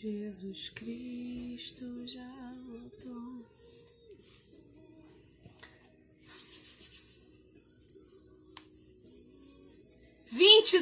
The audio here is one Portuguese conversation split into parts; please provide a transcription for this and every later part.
Jesus Cristo já voltou. Vinte e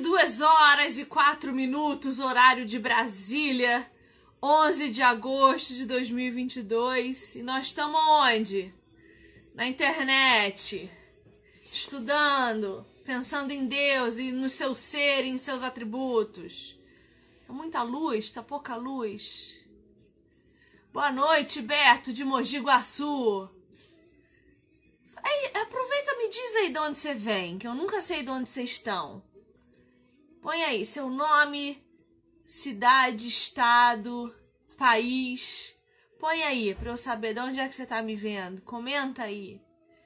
22h04, horário de Brasília, 11 de agosto de 2022. E nós estamos onde? Na internet, estudando, pensando em Deus e no seu ser e em seus atributos. Tá muita luz? Tá pouca luz? Boa noite, Beto, de Mogi Guaçu. Aí, aproveita e me diz aí de onde você vem, que eu nunca sei de onde vocês estão. Põe aí seu nome, cidade, estado, país. Põe aí pra eu saber de onde é que você tá me vendo. Comenta aí.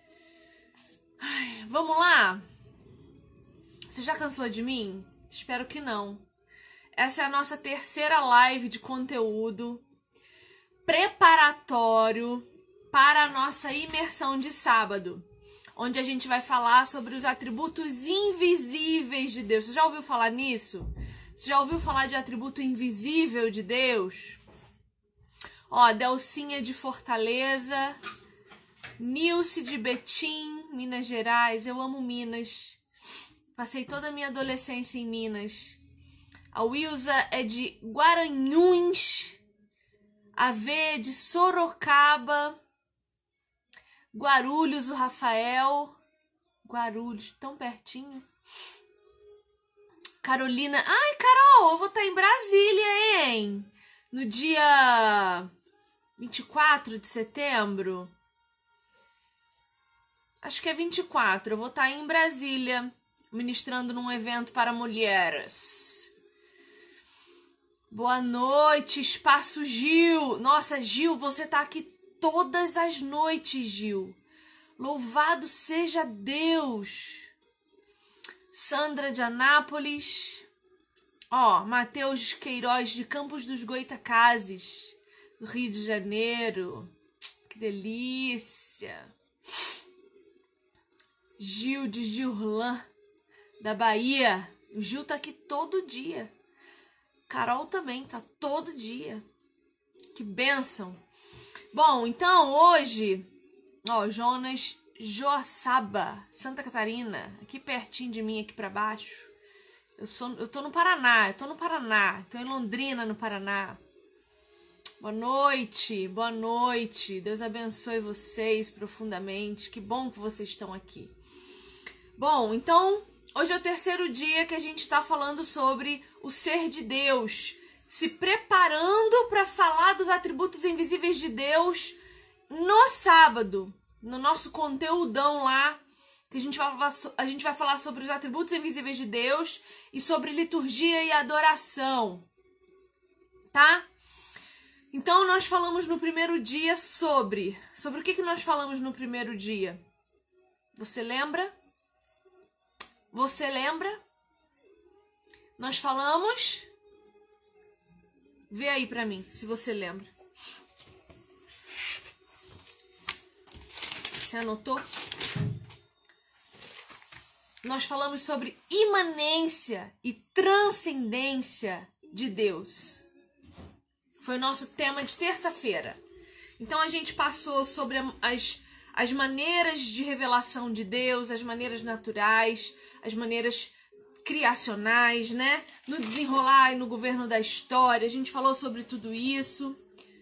Ai, vamos lá? Você já cansou de mim? Espero que não. Essa é a nossa terceira live de conteúdo preparatório para a nossa imersão de sábado, onde a gente vai falar sobre os atributos invisíveis de Deus. Você já ouviu falar nisso? Você já ouviu falar de atributo invisível de Deus? Ó, Delcinha de Fortaleza, Nilce de Betim, Minas Gerais. Eu amo Minas. Passei toda a minha adolescência em Minas. A Wilza é de Guaranhuns. A V é de Sorocaba. Guarulhos, o Rafael. Guarulhos, tão pertinho. Carolina. Ai, Carol, eu vou estar em Brasília, hein? No dia 24 de setembro. Acho que é 24. Eu vou estar em Brasília, ministrando num evento para mulheres. Boa noite, Espaço Gil. Nossa, Gil, você tá aqui todas as noites, Gil. Louvado seja Deus. Sandra de Anápolis. Ó, Matheus Queiroz de Campos dos Goitacazes, do Rio de Janeiro. Que delícia. Gil de Gillan, da Bahia. O Gil tá aqui todo dia. Carol também tá todo dia. Que bênção. Bom, então hoje, ó, Jonas Joaçaba, Santa Catarina, aqui pertinho de mim, aqui pra baixo. Eu tô no Paraná, tô em Londrina, no Paraná. Boa noite, boa noite. Deus abençoe vocês profundamente. Que bom que vocês estão aqui. Bom, então, hoje é o terceiro dia que a gente tá falando sobre o ser de Deus, se preparando para falar dos atributos invisíveis de Deus no sábado, no nosso conteúdão lá, que a gente vai falar sobre os atributos invisíveis de Deus e sobre liturgia e adoração, tá? Então, nós falamos no primeiro dia sobre o que nós falamos no primeiro dia? Você lembra? Você lembra? Nós falamos... Vê aí pra mim, se você lembra. Você anotou? Nós falamos sobre imanência e transcendência de Deus. Foi o nosso tema de terça-feira. Então a gente passou sobre as maneiras de revelação de Deus, as maneiras naturais, as maneiras criacionais, né? No desenrolar e no governo da história. A gente falou sobre tudo isso.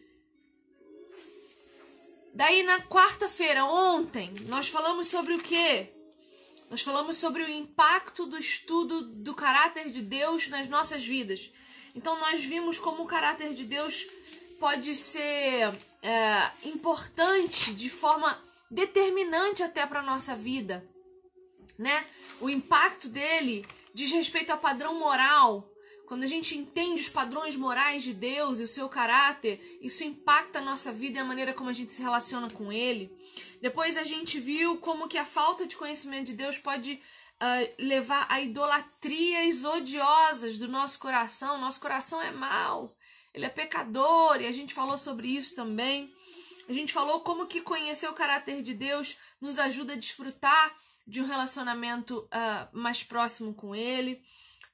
Daí na quarta-feira, ontem, nós falamos sobre o quê? Nós falamos sobre o impacto do estudo do caráter de Deus nas nossas vidas. Então nós vimos como o caráter de Deus pode ser importante de forma determinante até para a nossa vida, né? O impacto dele diz respeito ao padrão moral. Quando a gente entende os padrões morais de Deus e o seu caráter, isso impacta a nossa vida e a maneira como a gente se relaciona com ele. Depois a gente viu como que a falta de conhecimento de Deus pode levar a idolatrias odiosas do nosso coração. Nosso coração é mau, ele é pecador, e a gente falou sobre isso também. A gente falou como que conhecer o caráter de Deus nos ajuda a desfrutar de um relacionamento mais próximo com ele.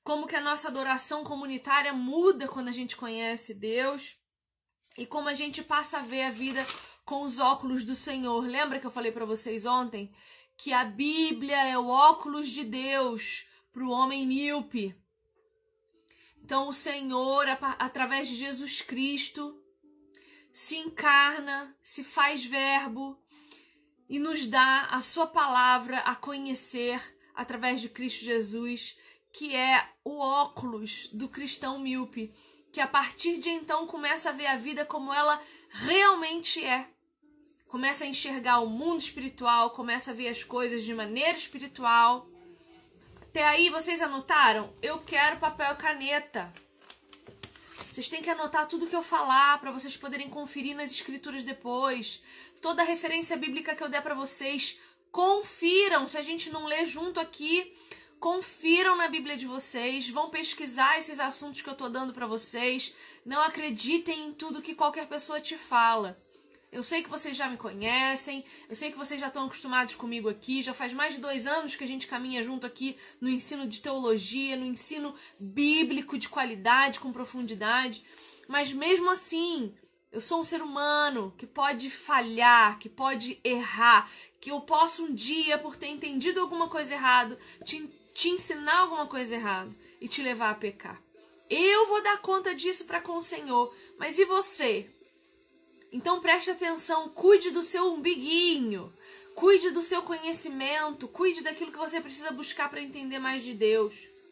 como que a nossa adoração comunitária muda quando a gente conhece Deus e como a gente passa a ver a vida com os óculos do Senhor. Lembra que eu falei para vocês ontem que a Bíblia é o óculos de Deus para o homem míope? Então o Senhor, através de Jesus Cristo, se encarna, se faz verbo e nos dá a sua palavra a conhecer através de Cristo Jesus, que é o óculos do cristão míope, que a partir de então começa a ver a vida como ela realmente é. Começa a enxergar o mundo espiritual, começa a ver as coisas de maneira espiritual. Até aí, vocês anotaram? Eu quero papel e caneta. Vocês têm que anotar tudo que eu falar para vocês poderem conferir nas escrituras depois. Toda a referência bíblica que eu der para vocês, confiram. Se a gente não lê junto aqui, confiram na Bíblia de vocês. Vão pesquisar esses assuntos que eu tô dando para vocês. Não acreditem em tudo que qualquer pessoa te fala. Eu sei que vocês já me conhecem, eu sei que vocês já estão acostumados comigo aqui, já faz mais de 2 anos que a gente caminha junto aqui no ensino de teologia, no ensino bíblico de qualidade, com profundidade, mas mesmo assim, eu sou um ser humano que pode falhar, que pode errar, que eu posso um dia, por ter entendido alguma coisa errada, te ensinar alguma coisa errada e te levar a pecar. Eu vou dar conta disso para com o Senhor, mas e você? Então preste atenção, cuide do seu umbiguinho, cuide do seu conhecimento, cuide daquilo que você precisa buscar para entender mais de Deus.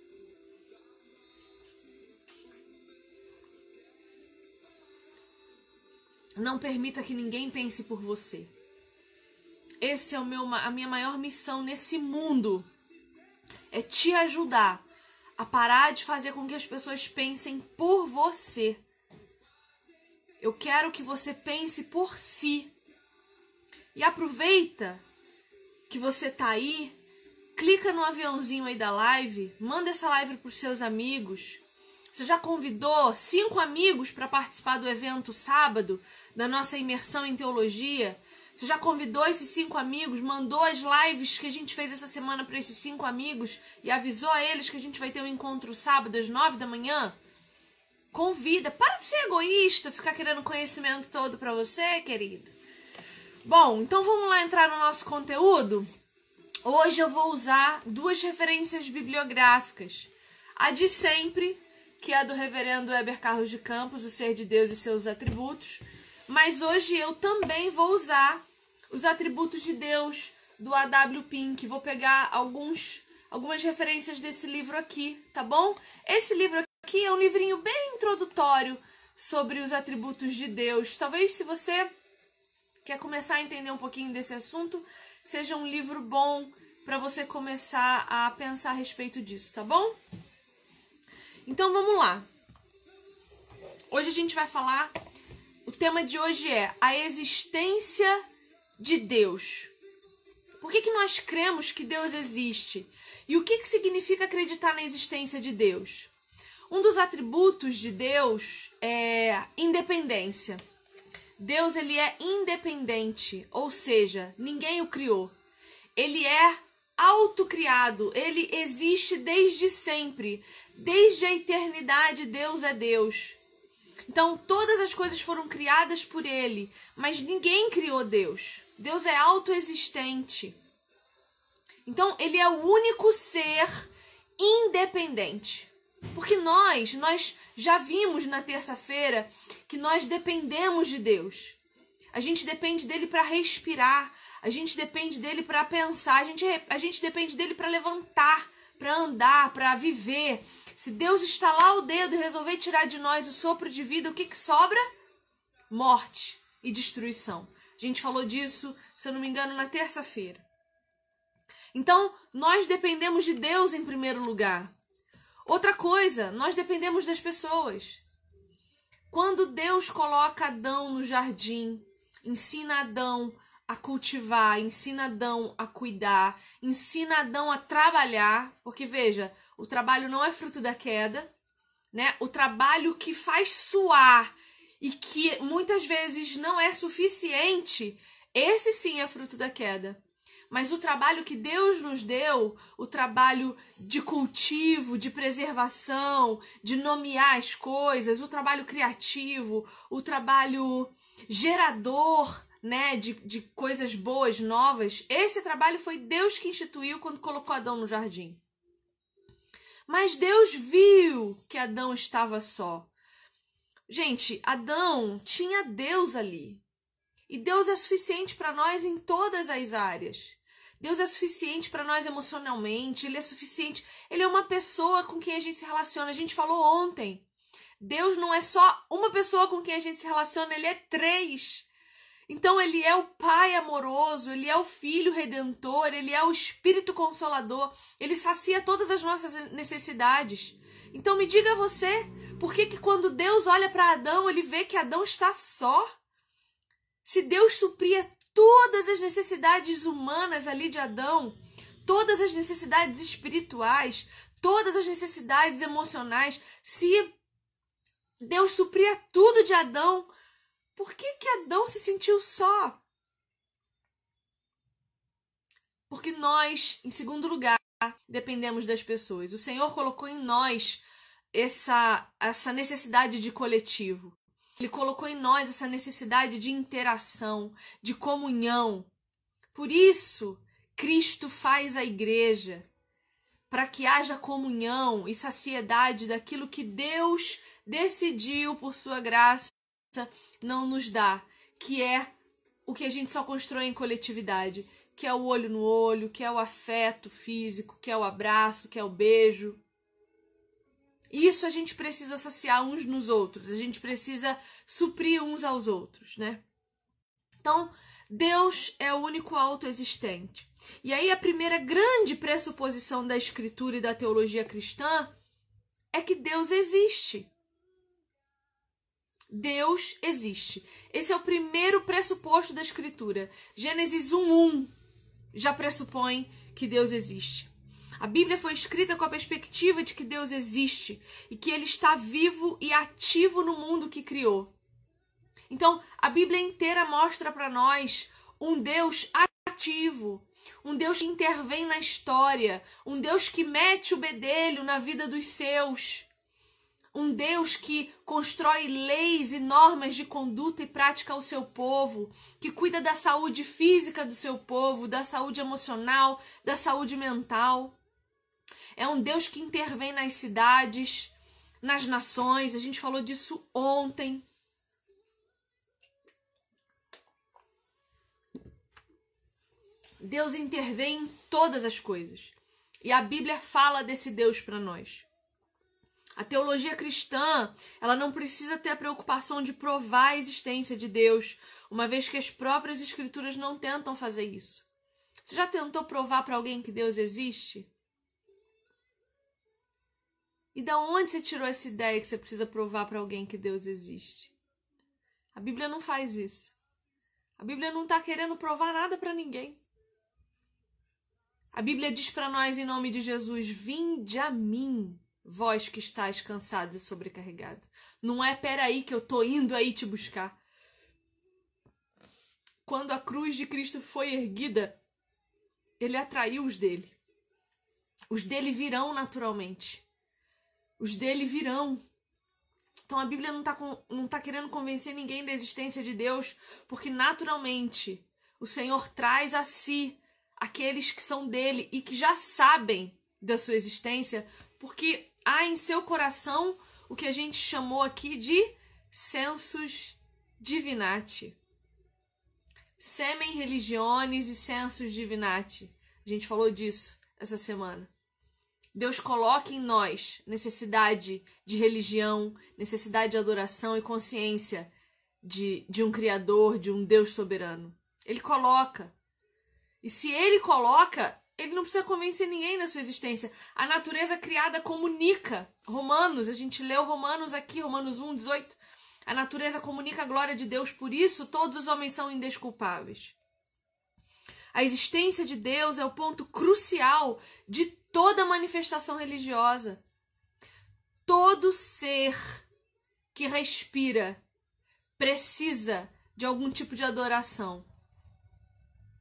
Não permita que ninguém pense por você. Esse é a minha maior missão nesse mundo, é te ajudar a parar de fazer com que as pessoas pensem por você. Eu quero que você pense por si. E aproveita que você tá aí, clica no aviãozinho aí da live, manda essa live para os seus amigos. Você já convidou 5 amigos para participar do evento sábado, da nossa imersão em teologia? Você já convidou esses 5 amigos, mandou as lives que a gente fez essa semana para esses 5 amigos e avisou a eles que a gente vai ter um encontro sábado às 9 da manhã? Convida, para de ser egoísta, ficar querendo conhecimento todo pra você, querido. Bom, então vamos lá entrar no nosso conteúdo? Hoje eu vou usar 2 referências bibliográficas. A de sempre, que é a do reverendo Heber Carlos de Campos, O Ser de Deus e Seus Atributos. Mas hoje eu também vou usar Os Atributos de Deus, do A.W. Pink. Vou pegar algumas referências desse livro aqui, tá bom? Esse livro aqui é um livrinho bem introdutório sobre os atributos de Deus. Talvez, se você quer começar a entender um pouquinho desse assunto, seja um livro bom para você começar a pensar a respeito disso, tá bom? Então vamos lá. Hoje a gente vai falar, o tema de hoje é a existência de Deus. Por que nós cremos que Deus existe? E o que significa acreditar na existência de Deus? Um dos atributos de Deus é independência. Deus, ele é independente, ou seja, ninguém o criou. Ele é autocriado, ele existe desde sempre. Desde a eternidade, Deus é Deus. Então, todas as coisas foram criadas por ele, mas ninguém criou Deus. Deus é autoexistente. Então, ele é o único ser independente. Porque nós já vimos na terça-feira que nós dependemos de Deus. A gente depende dele para respirar, a gente depende dele para pensar, a gente depende dele para levantar, para andar, para viver. Se Deus estalar o dedo e resolver tirar de nós o sopro de vida, o que sobra? Morte e destruição. A gente falou disso, se eu não me engano, na terça-feira. Então, nós dependemos de Deus em primeiro lugar. Outra coisa, nós dependemos das pessoas. Quando Deus coloca Adão no jardim, ensina Adão a cultivar, ensina Adão a cuidar, ensina Adão a trabalhar, porque veja, o trabalho não é fruto da queda, né? O trabalho que faz suar e que muitas vezes não é suficiente, esse sim é fruto da queda. Mas o trabalho que Deus nos deu, o trabalho de cultivo, de preservação, de nomear as coisas, o trabalho criativo, o trabalho gerador, né, de coisas boas, novas, esse trabalho foi Deus que instituiu quando colocou Adão no jardim. Mas Deus viu que Adão estava só. Gente, Adão tinha Deus ali. E Deus é suficiente para nós em todas as áreas. Deus é suficiente para nós emocionalmente, Ele é suficiente. Ele é uma pessoa com quem a gente se relaciona. A gente falou ontem. Deus não é só uma pessoa com quem a gente se relaciona, Ele é 3. Então Ele é o Pai amoroso, Ele é o Filho Redentor, Ele é o Espírito Consolador. Ele sacia todas as nossas necessidades. Então me diga você, por que quando Deus olha para Adão, Ele vê que Adão está só? Se Deus supria todas as necessidades humanas ali de Adão, todas as necessidades espirituais, todas as necessidades emocionais, se Deus supria tudo de Adão, por que Adão se sentiu só? Porque nós, em segundo lugar, dependemos das pessoas. O Senhor colocou em nós essa necessidade de coletivo. Ele colocou em nós essa necessidade de interação, de comunhão. Por isso, Cristo faz a igreja, para que haja comunhão e saciedade daquilo que Deus decidiu por sua graça não nos dar, que é o que a gente só constrói em coletividade, que é o olho no olho, que é o afeto físico, que é o abraço, que é o beijo. Isso a gente precisa saciar uns nos outros, a gente precisa suprir uns aos outros, né? Então, Deus é o único autoexistente. E aí a primeira grande pressuposição da Escritura e da teologia cristã é que Deus existe. Deus existe. Esse é o primeiro pressuposto da Escritura. Gênesis 1:1 já pressupõe que Deus existe. A Bíblia foi escrita com a perspectiva de que Deus existe e que Ele está vivo e ativo no mundo que criou. Então, a Bíblia inteira mostra para nós um Deus ativo, um Deus que intervém na história, um Deus que mete o bedelho na vida dos seus, um Deus que constrói leis e normas de conduta e prática ao seu povo, que cuida da saúde física do seu povo, da saúde emocional, da saúde mental. É um Deus que intervém nas cidades, nas nações, a gente falou disso ontem. Deus intervém em todas as coisas. E a Bíblia fala desse Deus para nós. A teologia cristã, ela não precisa ter a preocupação de provar a existência de Deus, uma vez que as próprias escrituras não tentam fazer isso. Você já tentou provar para alguém que Deus existe? E da onde você tirou essa ideia que você precisa provar para alguém que Deus existe? A Bíblia não faz isso. A Bíblia não está querendo provar nada para ninguém. A Bíblia diz para nós, em nome de Jesus, vinde a mim, vós que estáis cansados e sobrecarregados. Não é, peraí que eu tô indo aí te buscar. Quando a cruz de Cristo foi erguida, Ele atraiu os dele. Os dele virão naturalmente. Os dele virão. Então a Bíblia não tá querendo convencer ninguém da existência de Deus, porque naturalmente o Senhor traz a si aqueles que são dele e que já sabem da sua existência, porque há em seu coração o que a gente chamou aqui de sensus divinati. Semen religiones e sensus divinati. A gente falou disso essa semana. Deus coloca em nós necessidade de religião, necessidade de adoração e consciência de um Criador, de um Deus soberano. Ele coloca. E se Ele coloca, Ele não precisa convencer ninguém da sua existência. A natureza criada comunica. Romanos, a gente leu Romanos aqui, Romanos 1:18. A natureza comunica a glória de Deus, por isso todos os homens são indesculpáveis. A existência de Deus é o ponto crucial de toda manifestação religiosa. Todo ser que respira precisa de algum tipo de adoração.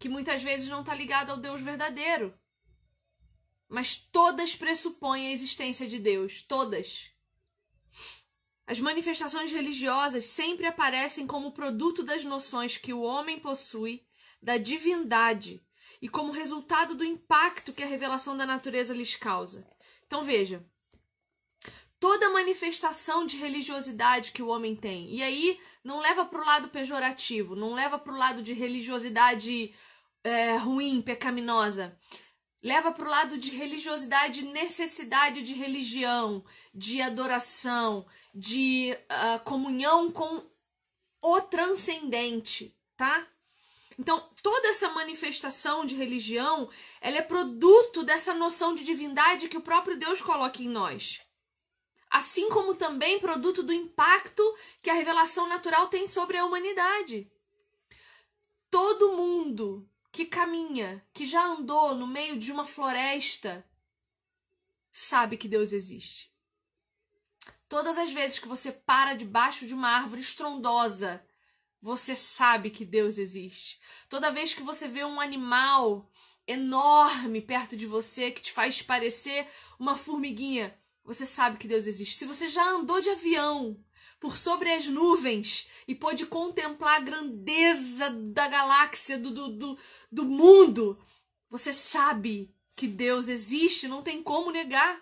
que muitas vezes não está ligada ao Deus verdadeiro. Mas todas pressupõem a existência de Deus, todas. As manifestações religiosas sempre aparecem como produto das noções que o homem possui da divindade e como resultado do impacto que a revelação da natureza lhes causa. Então veja, toda manifestação de religiosidade que o homem tem, e aí não leva para o lado pejorativo, não leva para o lado de religiosidade ruim, pecaminosa, leva para o lado de religiosidade, necessidade de religião, de adoração, de comunhão com o transcendente, tá? Então, toda essa manifestação de religião, ela é produto dessa noção de divindade que o próprio Deus coloca em nós. Assim como também produto do impacto que a revelação natural tem sobre a humanidade. Todo mundo que caminha, que já andou no meio de uma floresta, sabe que Deus existe. Todas as vezes que você para debaixo de uma árvore estrondosa, você sabe que Deus existe. Toda vez que você vê um animal enorme perto de você, que te faz parecer uma formiguinha, você sabe que Deus existe. Se você já andou de avião por sobre as nuvens e pôde contemplar a grandeza da galáxia, do mundo, você sabe que Deus existe, não tem como negar.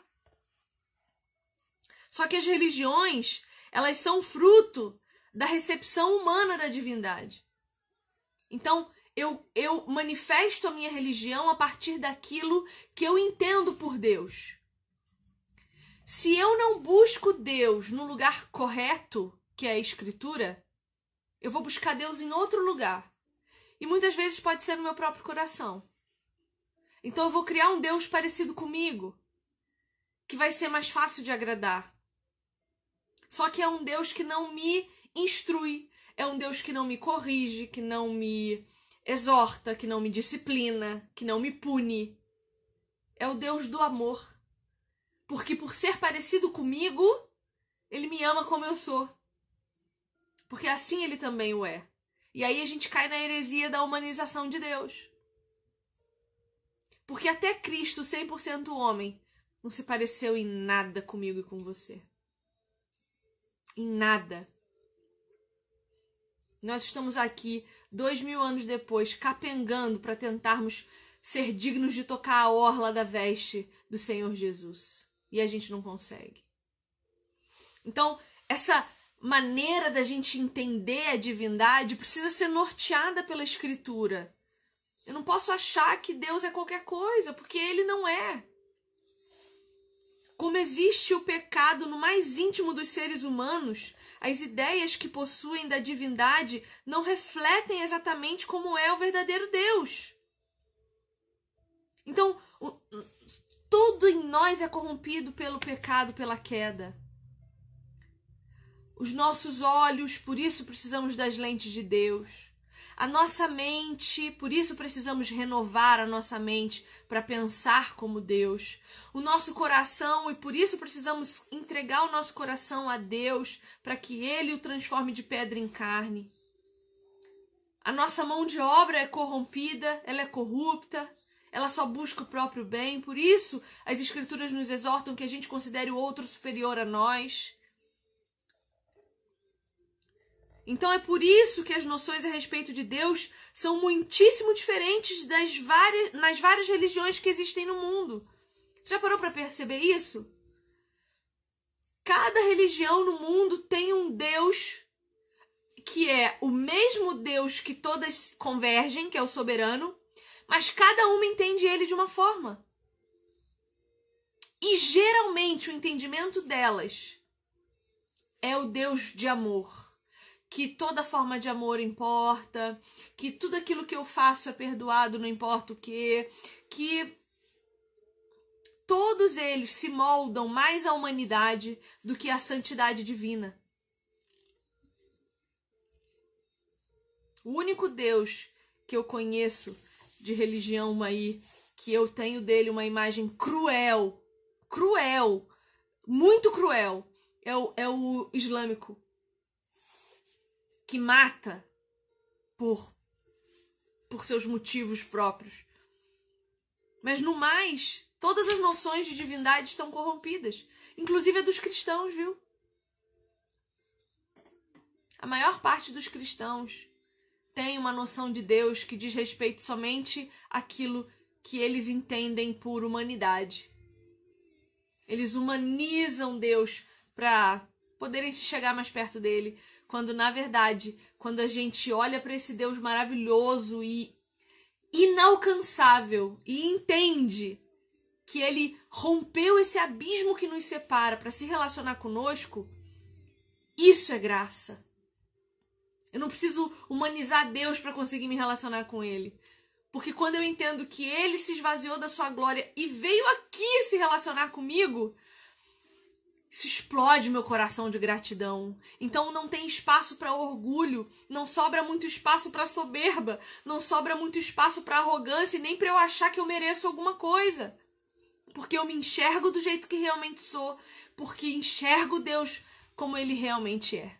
Só que as religiões, elas são fruto da recepção humana da divindade. Então, eu manifesto a minha religião a partir daquilo que eu entendo por Deus. Se eu não busco Deus no lugar correto, que é a Escritura, eu vou buscar Deus em outro lugar. E muitas vezes pode ser no meu próprio coração. Então eu vou criar um Deus parecido comigo, que vai ser mais fácil de agradar. Só que é um Deus que não me instrui, é um Deus que não me corrige, que não me exorta, que não me disciplina, que não me pune. É o Deus do amor. Porque por ser parecido comigo, ele me ama como eu sou. Porque assim ele também o é. E aí a gente cai na heresia da humanização de Deus. Porque até Cristo, 100% homem, não se pareceu em nada comigo e com você. Em nada. Nós estamos aqui, 2000 anos depois, capengando para tentarmos ser dignos de tocar a orla da veste do Senhor Jesus. E a gente não consegue. Então, essa maneira da gente entender a divindade precisa ser norteada pela Escritura. Eu não posso achar que Deus é qualquer coisa, porque Ele não é. Como existe o pecado no mais íntimo dos seres humanos, as ideias que possuem da divindade não refletem exatamente como é o verdadeiro Deus. Então, tudo em nós é corrompido pelo pecado, pela queda. Os nossos olhos, por isso precisamos das lentes de Deus. A nossa mente, por isso precisamos renovar a nossa mente para pensar como Deus. O nosso coração, e por isso precisamos entregar o nosso coração a Deus para que Ele o transforme de pedra em carne. A nossa mão de obra é corrompida, ela é corrupta, ela só busca o próprio bem. Por isso as Escrituras nos exortam que a gente considere o outro superior a nós. Então é por isso que as noções a respeito de Deus são muitíssimo diferentes nas várias religiões que existem no mundo. Você já parou para perceber isso? Cada religião no mundo tem um Deus que é o mesmo Deus que todas convergem, que é o soberano, mas cada uma entende ele de uma forma. E geralmente o entendimento delas é o Deus de amor. Que toda forma de amor importa, que tudo aquilo que eu faço é perdoado, não importa o quê, que todos eles se moldam mais à humanidade do que à santidade divina. O único Deus que eu conheço de religião aí, que eu tenho dele uma imagem cruel, muito cruel, é o islâmico. Que mata por por seus motivos próprios. Mas no mais, todas as noções de divindade estão corrompidas, inclusive a dos cristãos, viu? A maior parte dos cristãos tem uma noção de Deus que diz respeito somente àquilo que eles entendem por humanidade. Eles humanizam Deus para poderem se chegar mais perto dele, quando na verdade, quando a gente olha para esse Deus maravilhoso e inalcançável e entende que ele rompeu esse abismo que nos separa para se relacionar conosco, isso é graça. Eu não preciso humanizar Deus para conseguir me relacionar com ele. Porque quando eu entendo que ele se esvaziou da sua glória e veio aqui se relacionar comigo, isso explode meu coração de gratidão. Então não tem espaço para orgulho, não sobra muito espaço para soberba, não sobra muito espaço para arrogância e nem para eu achar que eu mereço alguma coisa. Porque eu me enxergo do jeito que realmente sou, porque enxergo Deus como ele realmente é.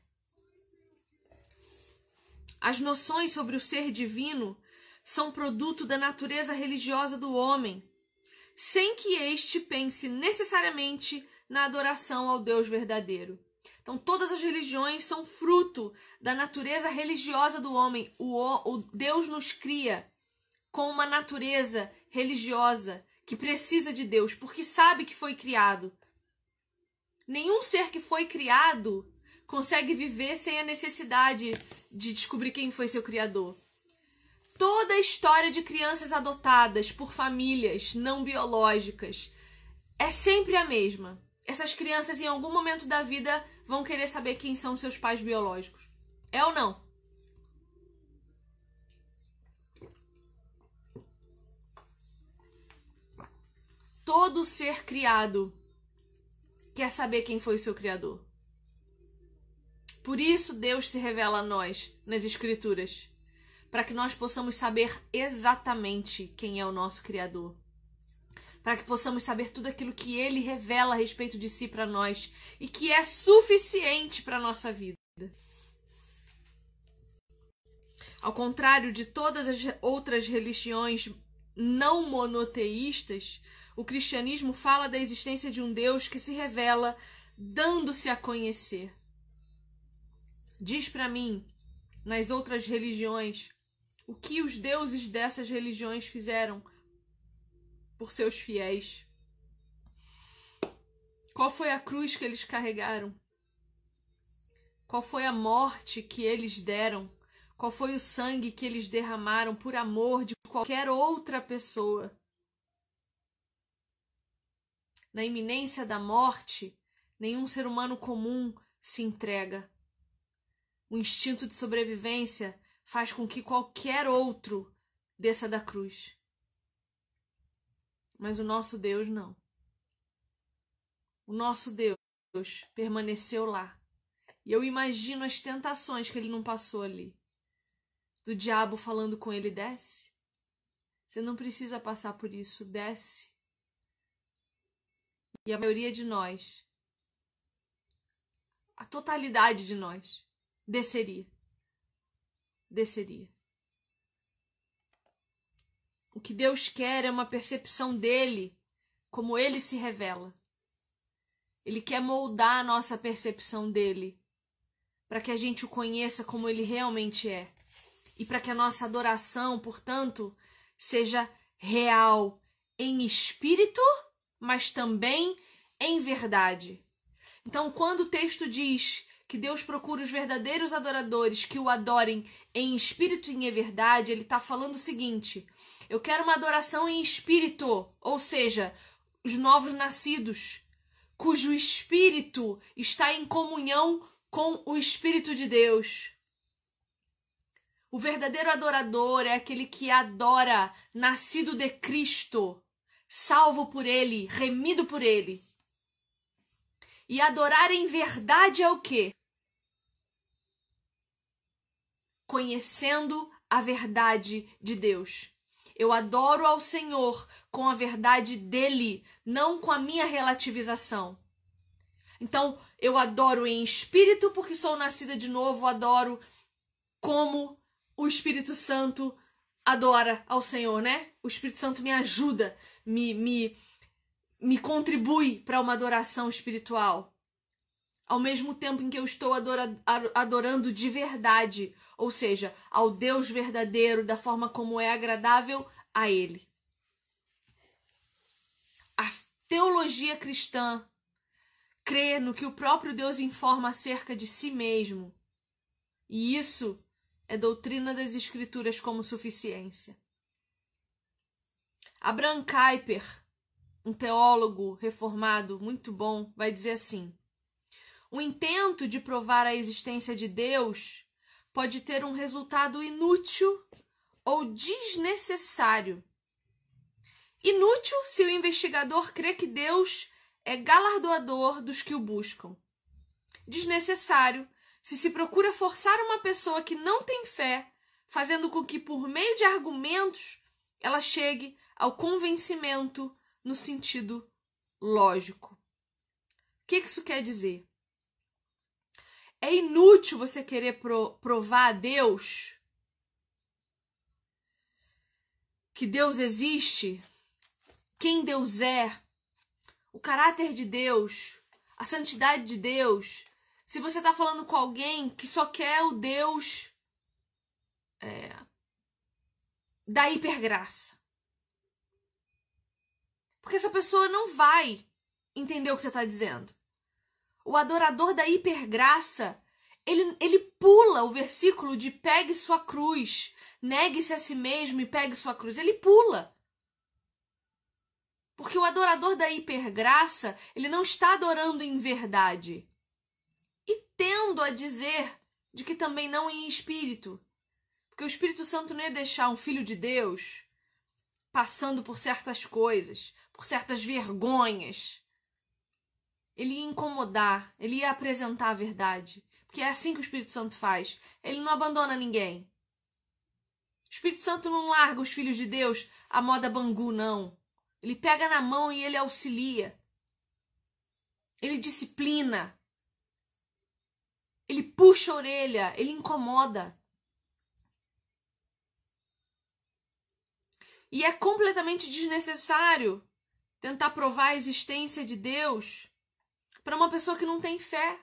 As noções sobre o ser divino são produto da natureza religiosa do homem, sem que este pense necessariamente na adoração ao Deus verdadeiro. Então, todas as religiões são fruto da natureza religiosa do homem. O Deus nos cria com uma natureza religiosa que precisa de Deus, porque sabe que foi criado. Nenhum ser que foi criado consegue viver sem a necessidade de descobrir quem foi seu criador. Toda a história de crianças adotadas por famílias não biológicas é sempre a mesma. Essas crianças, em algum momento da vida, vão querer saber quem são seus pais biológicos. É ou não? Todo ser criado quer saber quem foi o seu criador. Por isso Deus se revela a nós nas Escrituras, para que nós possamos saber exatamente quem é o nosso Criador, para que possamos saber tudo aquilo que Ele revela a respeito de si para nós e que é suficiente para a nossa vida. Ao contrário de todas as outras religiões não monoteístas, o cristianismo fala da existência de um Deus que se revela dando-se a conhecer. Diz para mim, nas outras religiões, o que os deuses dessas religiões fizeram por seus fiéis. Qual foi a cruz que eles carregaram? Qual foi a morte que eles deram? Qual foi o sangue que eles derramaram por amor de qualquer outra pessoa? Na iminência da morte, nenhum ser humano comum se entrega. O instinto de sobrevivência faz com que qualquer outro desça da cruz. Mas o nosso Deus não. O nosso Deus permaneceu lá. E eu imagino as tentações que ele não passou ali. Do diabo falando com ele, desce. Você não precisa passar por isso, desce. E a maioria de nós, a totalidade de nós, desceria. O que Deus quer é uma percepção dele, como ele se revela. Ele quer moldar a nossa percepção dele, para que a gente o conheça como ele realmente é. E para que a nossa adoração, portanto, seja real em espírito, mas também em verdade. Então, quando o texto diz que Deus procura os verdadeiros adoradores que o adorem em espírito e em verdade, ele está falando o seguinte: eu quero uma adoração em espírito, ou seja, os novos nascidos, cujo espírito está em comunhão com o Espírito de Deus. O verdadeiro adorador é aquele que adora, nascido de Cristo, salvo por ele, remido por ele. E adorar em verdade é o quê? Conhecendo a verdade de Deus. Eu adoro ao Senhor com a verdade dele, não com a minha relativização. Então, eu adoro em espírito porque sou nascida de novo, adoro como o Espírito Santo adora ao Senhor, né? O Espírito Santo me ajuda, me contribui para uma adoração espiritual. Ao mesmo tempo em que eu estou adorando de verdade, ou seja, ao Deus verdadeiro, da forma como é agradável a Ele. A teologia cristã crê no que o próprio Deus informa acerca de si mesmo. E isso é doutrina das Escrituras como suficiência. Abraham Kuyper, um teólogo reformado muito bom, vai dizer assim: o intento de provar a existência de Deus pode ter um resultado inútil ou desnecessário. Inútil se o investigador crê que Deus é galardoador dos que o buscam. Desnecessário se procura forçar uma pessoa que não tem fé, fazendo com que, por meio de argumentos, ela chegue ao convencimento no sentido lógico. O que isso quer dizer? É inútil você querer provar a Deus que Deus existe, quem Deus é, o caráter de Deus, a santidade de Deus, se você está falando com alguém que só quer o Deus da hipergraça. Porque essa pessoa não vai entender o que você está dizendo. O adorador da hipergraça, ele pula o versículo de pegue sua cruz, negue-se a si mesmo e pegue sua cruz. Ele pula. Porque o adorador da hipergraça, ele não está adorando em verdade. E tendo a dizer de que também não em espírito. Porque o Espírito Santo não ia deixar um filho de Deus passando por certas coisas, por certas vergonhas. Ele ia incomodar, ele ia apresentar a verdade. Porque é assim que o Espírito Santo faz. Ele não abandona ninguém. O Espírito Santo não larga os filhos de Deus à moda Bangu, não. Ele pega na mão e ele auxilia. Ele disciplina. Ele puxa a orelha, ele incomoda. E é completamente desnecessário tentar provar a existência de Deus para uma pessoa que não tem fé.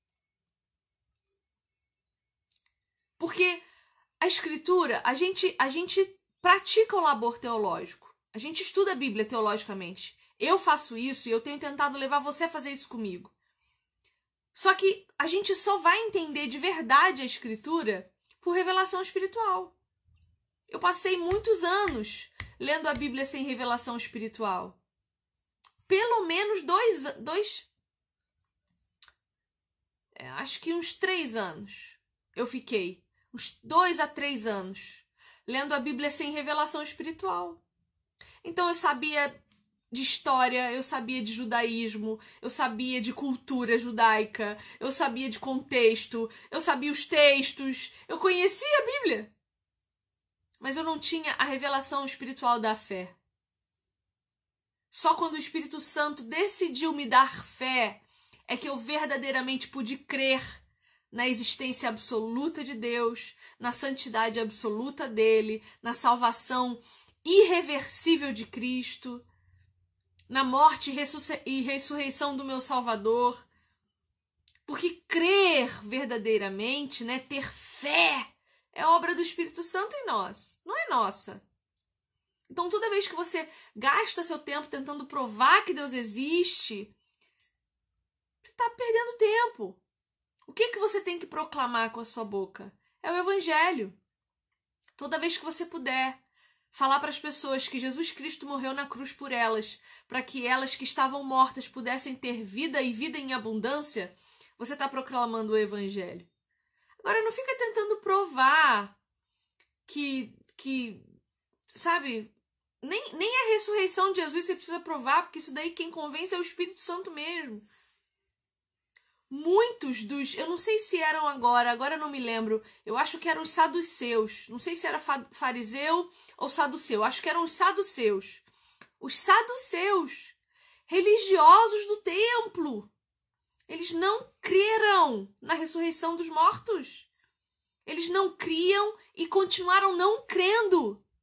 Porque a Escritura, a gente pratica o labor teológico. A gente estuda a Bíblia teologicamente. Eu faço isso e eu tenho tentado levar você a fazer isso comigo. Só que a gente só vai entender de verdade a Escritura por revelação espiritual. Eu passei muitos anos lendo a Bíblia sem revelação espiritual. Pelo menos acho que uns 3 anos eu fiquei. Uns 2 a 3 anos lendo a Bíblia sem revelação espiritual. Então eu sabia de história, eu sabia de judaísmo, eu sabia de cultura judaica, eu sabia de contexto, eu sabia os textos, eu conhecia a Bíblia. Mas eu não tinha a revelação espiritual da fé. Só quando o Espírito Santo decidiu me dar fé é que eu verdadeiramente pude crer na existência absoluta de Deus, na santidade absoluta dele, na salvação irreversível de Cristo, na morte e ressurreição do meu Salvador. Porque crer verdadeiramente, né, ter fé, é obra do Espírito Santo em nós, não é nossa. Então, toda vez que você gasta seu tempo tentando provar que Deus existe, você está perdendo tempo. O que você tem que proclamar com a sua boca? É o Evangelho. Toda vez que você puder, falar para as pessoas que Jesus Cristo morreu na cruz por elas, para que elas que estavam mortas pudessem ter vida e vida em abundância, você está proclamando o Evangelho. Agora, não fica tentando provar que sabe, nem a ressurreição de Jesus você precisa provar, porque isso daí quem convence é o Espírito Santo mesmo. Muitos eu não sei se eram agora eu não me lembro, eu acho que eram os saduceus, não sei se era fariseu ou saduceu, acho que eram os saduceus. Os saduceus, religiosos do templo, eles não creram na ressurreição dos mortos. Eles não criam e continuaram não crendo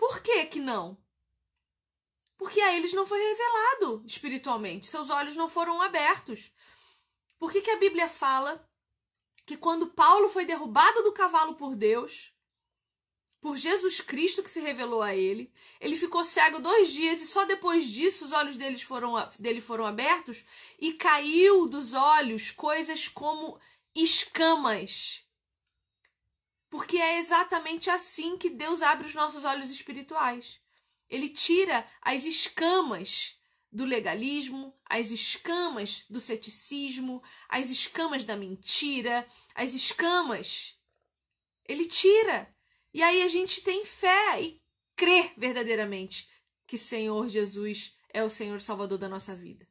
Por que que não? Porque a eles não foi revelado espiritualmente, seus olhos não foram abertos. Por que que a Bíblia fala que quando Paulo foi derrubado do cavalo por Deus, por Jesus Cristo que se revelou a ele, ele ficou cego 2 dias e só depois disso os olhos dele foram abertos e caiu dos olhos coisas como escamas. Porque é exatamente assim que Deus abre os nossos olhos espirituais. Ele tira as escamas do legalismo, as escamas do ceticismo, as escamas da mentira, as escamas. Ele tira. E aí a gente tem fé e crê verdadeiramente que Senhor Jesus é o Senhor Salvador da nossa vida.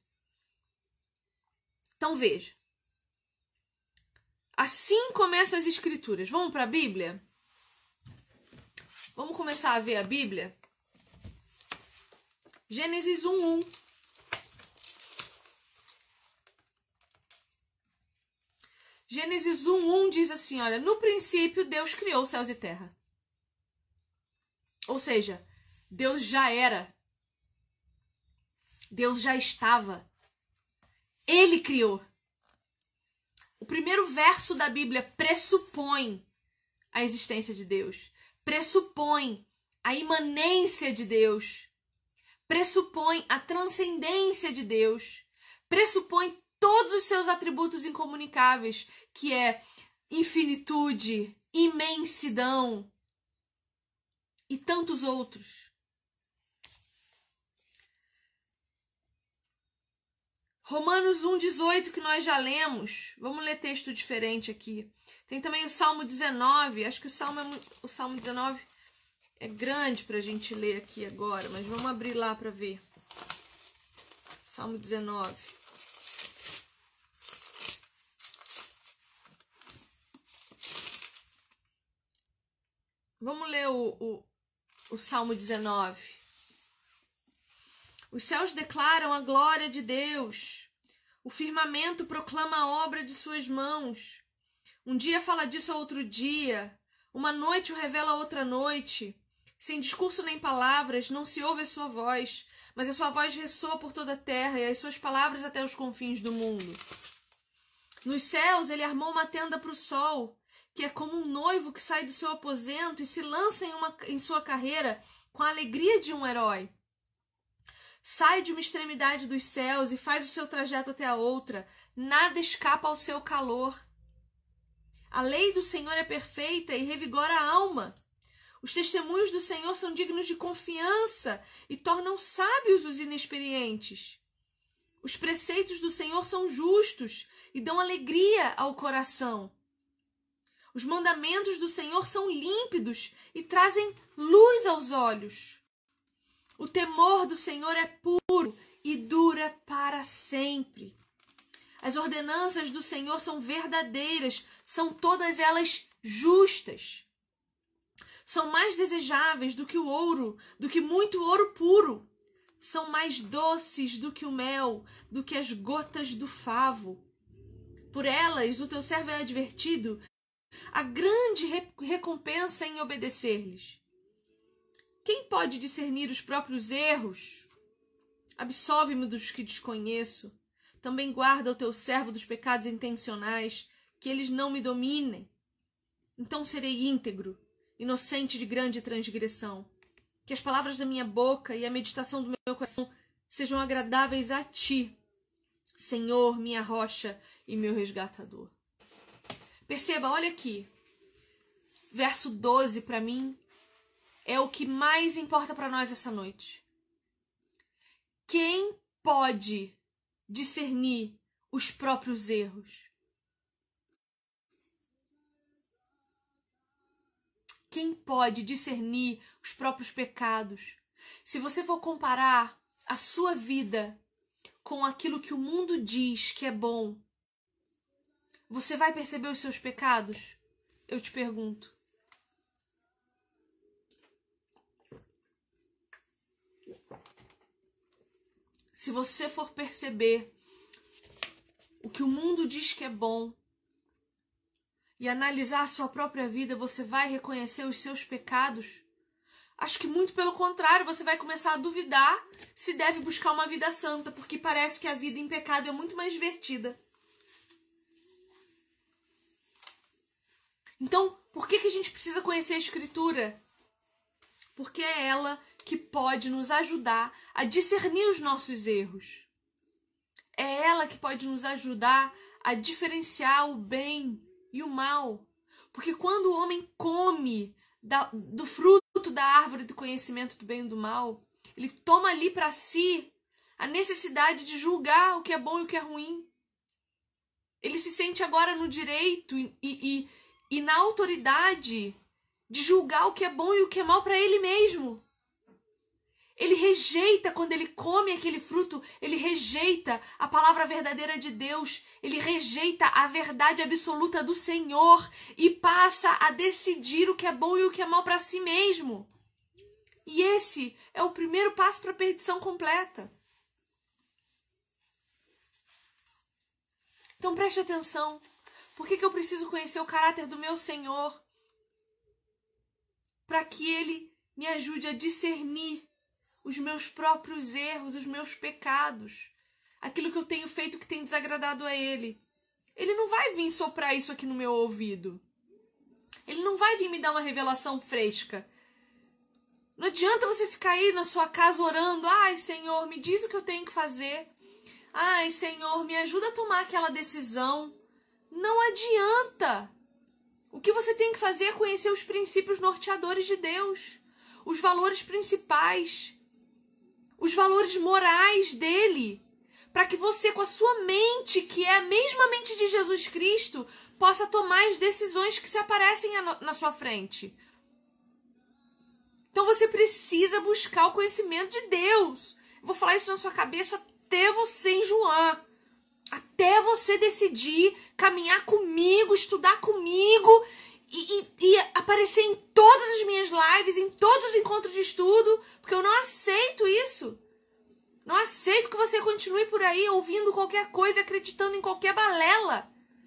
Então veja. Assim começam as Escrituras. Vamos para a Bíblia? Vamos começar a ver a Bíblia? Gênesis 1:1. Gênesis 1:1 diz assim, olha, no princípio Deus criou céus e terra. Ou seja, Deus já era. Deus já estava. Ele criou. O primeiro verso da Bíblia pressupõe a existência de Deus. Pressupõe a imanência de Deus. Pressupõe a transcendência de Deus. Pressupõe todos os seus atributos incomunicáveis, que é infinitude, imensidão e tantos outros. Romanos 1:18, que nós já lemos. Vamos ler texto diferente aqui. Tem também o Salmo 19. Acho que o Salmo 19 é grande para a gente ler aqui agora, mas vamos abrir lá para ver. Salmo 19. Vamos ler o Salmo 19. Os céus declaram a glória de Deus. O firmamento proclama a obra de suas mãos. Um dia fala disso a outro dia. Uma noite o revela a outra noite. Sem discurso nem palavras, não se ouve a sua voz, mas a sua voz ressoa por toda a terra e as suas palavras até os confins do mundo. Nos céus ele armou uma tenda para o sol, que é como um noivo que sai do seu aposento e se lança em sua carreira com a alegria de um herói. Sai de uma extremidade dos céus e faz o seu trajeto até a outra. Nada escapa ao seu calor. A lei do Senhor é perfeita e revigora a alma. Os testemunhos do Senhor são dignos de confiança e tornam sábios os inexperientes. Os preceitos do Senhor são justos e dão alegria ao coração. Os mandamentos do Senhor são límpidos e trazem luz aos olhos. O temor do Senhor é puro e dura para sempre. As ordenanças do Senhor são verdadeiras, são todas elas justas. São mais desejáveis do que o ouro, do que muito ouro puro. São mais doces do que o mel, do que as gotas do favo. Por elas o teu servo é advertido, a grande recompensa em obedecer-lhes. Quem pode discernir os próprios erros? Absolve-me dos que desconheço. Também guarda o teu servo dos pecados intencionais, que eles não me dominem. Então serei íntegro, inocente de grande transgressão. Que as palavras da minha boca e a meditação do meu coração sejam agradáveis a ti, Senhor, minha rocha e meu resgatador. Perceba, olha aqui. Verso 12 para mim é o que mais importa para nós essa noite. Quem pode discernir os próprios erros? Quem pode discernir os próprios pecados? Se você for comparar a sua vida com aquilo que o mundo diz que é bom, você vai perceber os seus pecados? Eu te pergunto. Se você for perceber o que o mundo diz que é bom e analisar a sua própria vida, você vai reconhecer os seus pecados? Acho que muito pelo contrário, você vai começar a duvidar se deve buscar uma vida santa, porque parece que a vida em pecado é muito mais divertida. Então, por que a gente precisa conhecer a Escritura? Porque é ela que pode nos ajudar a discernir os nossos erros. É ela que pode nos ajudar a diferenciar o bem e o mal. Porque quando o homem come do fruto da árvore do conhecimento do bem e do mal, ele toma ali para si a necessidade de julgar o que é bom e o que é ruim. Ele se sente agora no direito e na autoridade de julgar o que é bom e o que é mal para ele mesmo. Ele rejeita, quando ele come aquele fruto, ele rejeita a palavra verdadeira de Deus, ele rejeita a verdade absoluta do Senhor e passa a decidir o que é bom e o que é mal para si mesmo. E esse é o primeiro passo para a perdição completa. Então preste atenção. Por que eu preciso conhecer o caráter do meu Senhor? Para que Ele me ajude a discernir os meus próprios erros, os meus pecados, aquilo que eu tenho feito que tem desagradado a Ele. Ele não vai vir soprar isso aqui no meu ouvido. Ele não vai vir me dar uma revelação fresca. Não adianta você ficar aí na sua casa orando, ai Senhor, me diz o que eu tenho que fazer. Ai Senhor, me ajuda a tomar aquela decisão. Não adianta. O que você tem que fazer é conhecer os princípios norteadores de Deus, os valores principais, os valores morais dele, para que você, com a sua mente, que é a mesma mente de Jesus Cristo, possa tomar as decisões que se aparecem na sua frente. Então você precisa buscar o conhecimento de Deus. Eu vou falar isso na sua cabeça até você enjoar. Até você decidir caminhar comigo, estudar comigo e aparecer em todas as minhas lives, em todos os encontros de estudo, porque eu não aceito isso. Não aceito que você continue por aí ouvindo qualquer coisa, acreditando em qualquer balela,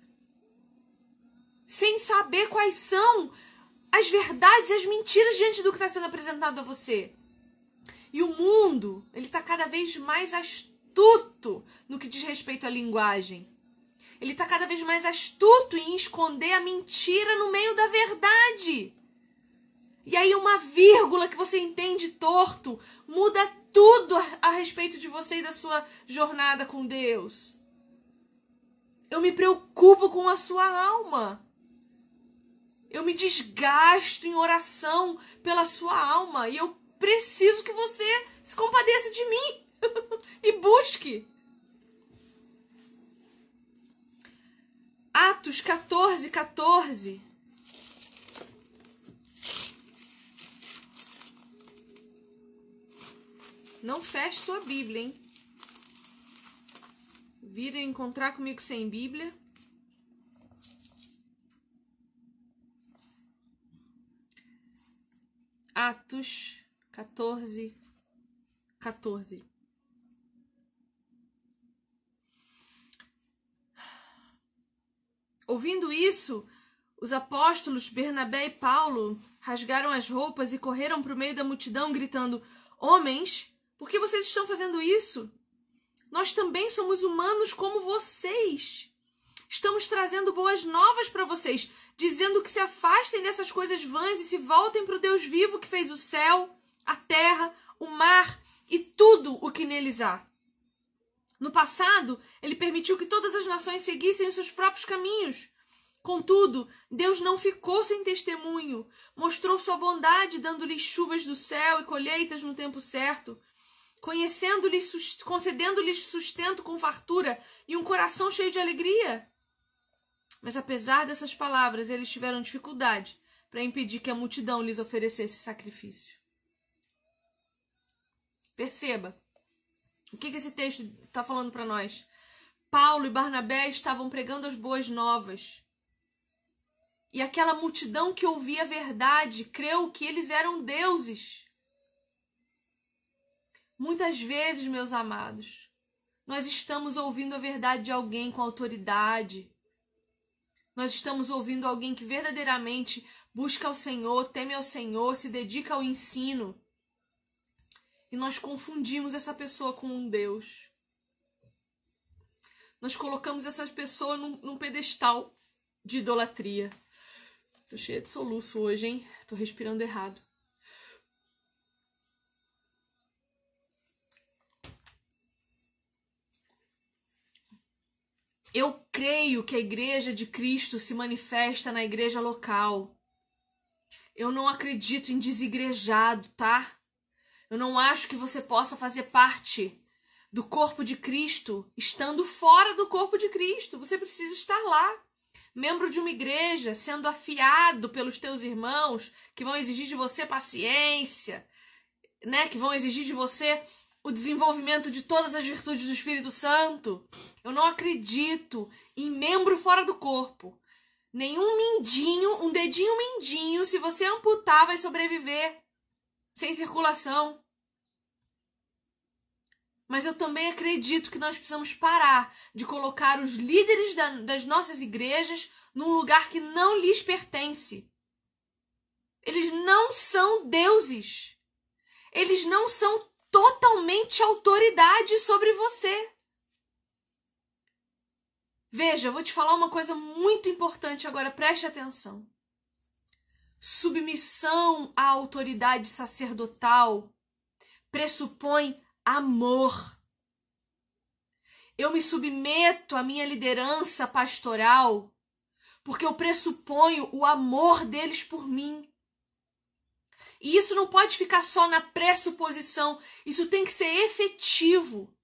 sem saber quais são as verdades e as mentiras diante do que está sendo apresentado a você. E o mundo, ele está cada vez mais astuto no que diz respeito à linguagem. Ele está cada vez mais astuto em esconder a mentira no meio da verdade. E aí uma vírgula que você entende torto muda tudo a respeito de você e da sua jornada com Deus. Eu me preocupo com a sua alma. Eu me desgasto em oração pela sua alma. E eu preciso que você se compadeça de mim e busque. Atos 14:14. Não feche sua Bíblia, hein? Vira encontrar comigo sem Bíblia. Atos 14:14. Ouvindo isso, os apóstolos Bernabé e Paulo rasgaram as roupas e correram para o meio da multidão, gritando: Homens, por que vocês estão fazendo isso? Nós também somos humanos como vocês. Estamos trazendo boas novas para vocês, dizendo que se afastem dessas coisas vãs e se voltem para o Deus vivo que fez o céu, a terra, o mar e tudo o que neles há. No passado, ele permitiu que todas as nações seguissem os seus próprios caminhos. Contudo, Deus não ficou sem testemunho. Mostrou sua bondade, dando-lhes chuvas do céu e colheitas no tempo certo, concedendo-lhes sustento com fartura e um coração cheio de alegria. Mas apesar dessas palavras, eles tiveram dificuldade para impedir que a multidão lhes oferecesse sacrifício. Perceba. O que esse texto está falando para nós? Paulo e Barnabé estavam pregando as boas novas. E aquela multidão que ouvia a verdade creu que eles eram deuses. Muitas vezes, meus amados, nós estamos ouvindo a verdade de alguém com autoridade. Nós estamos ouvindo alguém que verdadeiramente busca ao Senhor, teme ao Senhor, se dedica ao ensino. E nós confundimos essa pessoa com um Deus. Nós colocamos essa pessoa num pedestal de idolatria. Tô cheia de soluço hoje, hein? Tô respirando errado. Eu creio que a igreja de Cristo se manifesta na igreja local. Eu não acredito em desigrejado, tá? Eu não acho que você possa fazer parte do corpo de Cristo estando fora do corpo de Cristo. Você precisa estar lá. Membro de uma igreja, sendo afiado pelos teus irmãos, que vão exigir de você paciência, né? Que vão exigir de você o desenvolvimento de todas as virtudes do Espírito Santo. Eu não acredito em membro fora do corpo. Nenhum mindinho, um dedinho mindinho, se você amputar, vai sobreviver sem circulação. Mas eu também acredito que nós precisamos parar de colocar os líderes das nossas igrejas num lugar que não lhes pertence. Eles não são deuses. Eles não são totalmente autoridade sobre você. Veja, eu vou te falar uma coisa muito importante agora, preste atenção. Submissão à autoridade sacerdotal pressupõe amor. Eu me submeto à minha liderança pastoral porque eu pressuponho o amor deles por mim. E isso não pode ficar só na pressuposição, isso tem que ser efetivo.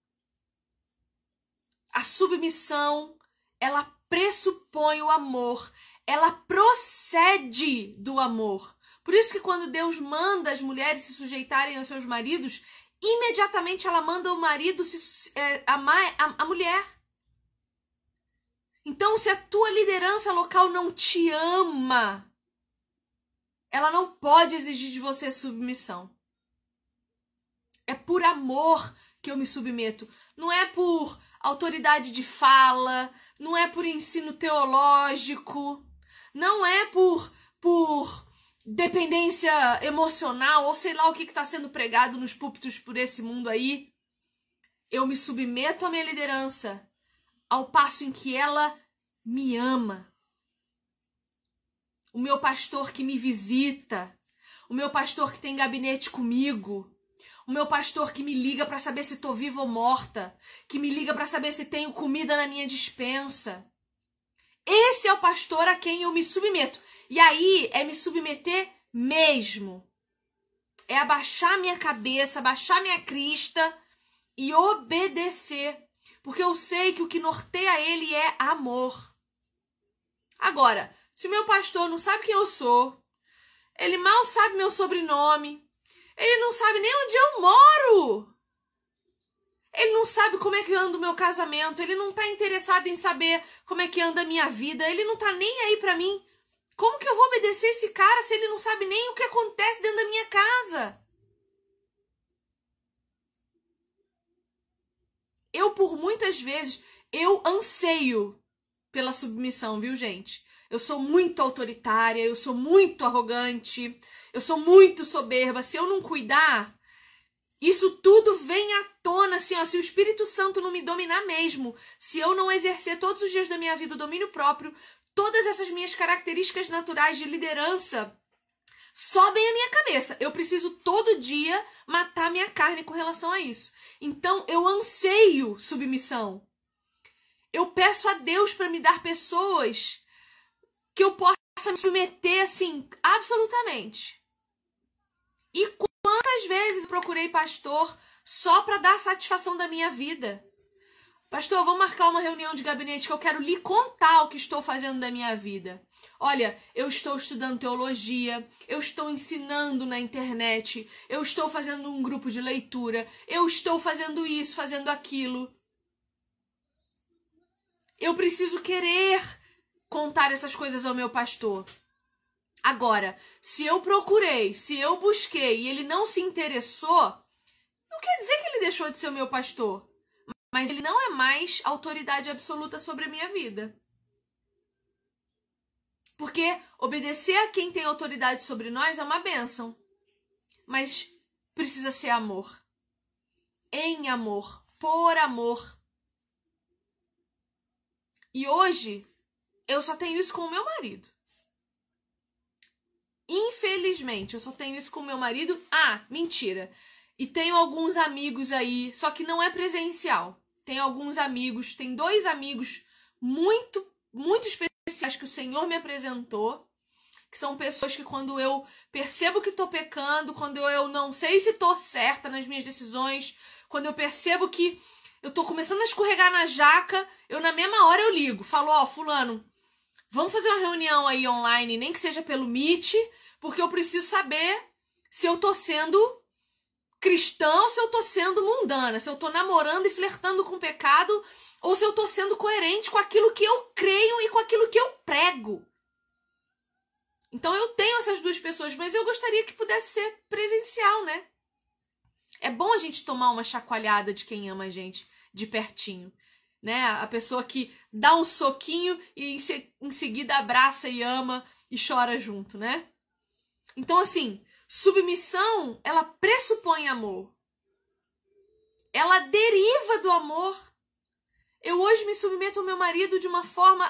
A submissão, ela pressupõe o amor, ela procede do amor. Por isso que quando Deus manda as mulheres se sujeitarem aos seus maridos, imediatamente ela manda o marido amar a mulher. Então, se a tua liderança local não te ama, ela não pode exigir de você submissão. É por amor que eu me submeto. Não é por autoridade de fala, não é por ensino teológico, não é por dependência emocional, ou sei lá o que está sendo pregado nos púlpitos por esse mundo aí. Eu me submeto à minha liderança ao passo em que ela me ama. O meu pastor que me visita, o meu pastor que tem gabinete comigo, o meu pastor que me liga para saber se estou viva ou morta, que me liga para saber se tenho comida na minha despensa. Esse é o pastor a quem eu me submeto. E aí é me submeter mesmo. É abaixar minha cabeça, abaixar minha crista e obedecer. Porque eu sei que o que norteia ele é amor. Agora, se meu pastor não sabe quem eu sou, ele mal sabe meu sobrenome, ele não sabe nem onde eu moro, ele não sabe como é que anda o meu casamento, ele não tá interessado em saber como é que anda a minha vida, ele não tá nem aí pra mim. Como que eu vou obedecer esse cara se ele não sabe nem o que acontece dentro da minha casa? Eu, por muitas vezes, eu anseio pela submissão, viu, gente? Eu sou muito autoritária, eu sou muito arrogante, eu sou muito soberba. Se eu não cuidar, isso tudo vem à tona, assim, ó, se o Espírito Santo não me dominar mesmo, se eu não exercer todos os dias da minha vida o domínio próprio, todas essas minhas características naturais de liderança sobem a minha cabeça. Eu preciso todo dia matar minha carne com relação a isso. Então, eu anseio submissão. Eu peço a Deus para me dar pessoas que eu possa me submeter, assim, absolutamente. E quantas vezes eu procurei pastor só para dar satisfação da minha vida? Pastor, vamos marcar uma reunião de gabinete que eu quero lhe contar o que estou fazendo da minha vida. Olha, eu estou estudando teologia, eu estou ensinando na internet, eu estou fazendo um grupo de leitura, eu estou fazendo isso, fazendo aquilo. Eu preciso querer contar essas coisas ao meu pastor. Agora, se eu procurei, se eu busquei e ele não se interessou, não quer dizer que ele deixou de ser o meu pastor. Mas ele não é mais autoridade absoluta sobre a minha vida. Porque obedecer a quem tem autoridade sobre nós é uma bênção. Mas precisa ser amor. Em amor. Por amor. E hoje, eu só tenho isso com o meu marido. Infelizmente, eu só tenho isso com o meu marido. Ah, mentira. E tenho alguns amigos aí, só que não é presencial. Tem alguns amigos, tem 2 amigos muito especiais que o Senhor me apresentou, que são pessoas que quando eu percebo que tô pecando, quando eu não sei se tô certa nas minhas decisões, quando eu percebo que eu tô começando a escorregar na jaca, eu na mesma hora eu ligo, falo, ó, fulano, vamos fazer uma reunião aí online, nem que seja pelo Meet, porque eu preciso saber se eu tô sendo cristã, se eu tô sendo mundana, se eu tô namorando e flertando com o pecado, ou se eu tô sendo coerente com aquilo que eu creio e com aquilo que eu prego. Então eu tenho essas 2 pessoas, mas eu gostaria que pudesse ser presencial, né? É bom a gente tomar uma chacoalhada de quem ama a gente de pertinho, né? A pessoa que dá um soquinho e em seguida abraça e ama e chora junto, né? Então, assim, submissão, ela pressupõe amor. Ela deriva do amor. Eu hoje me submeto ao meu marido de uma forma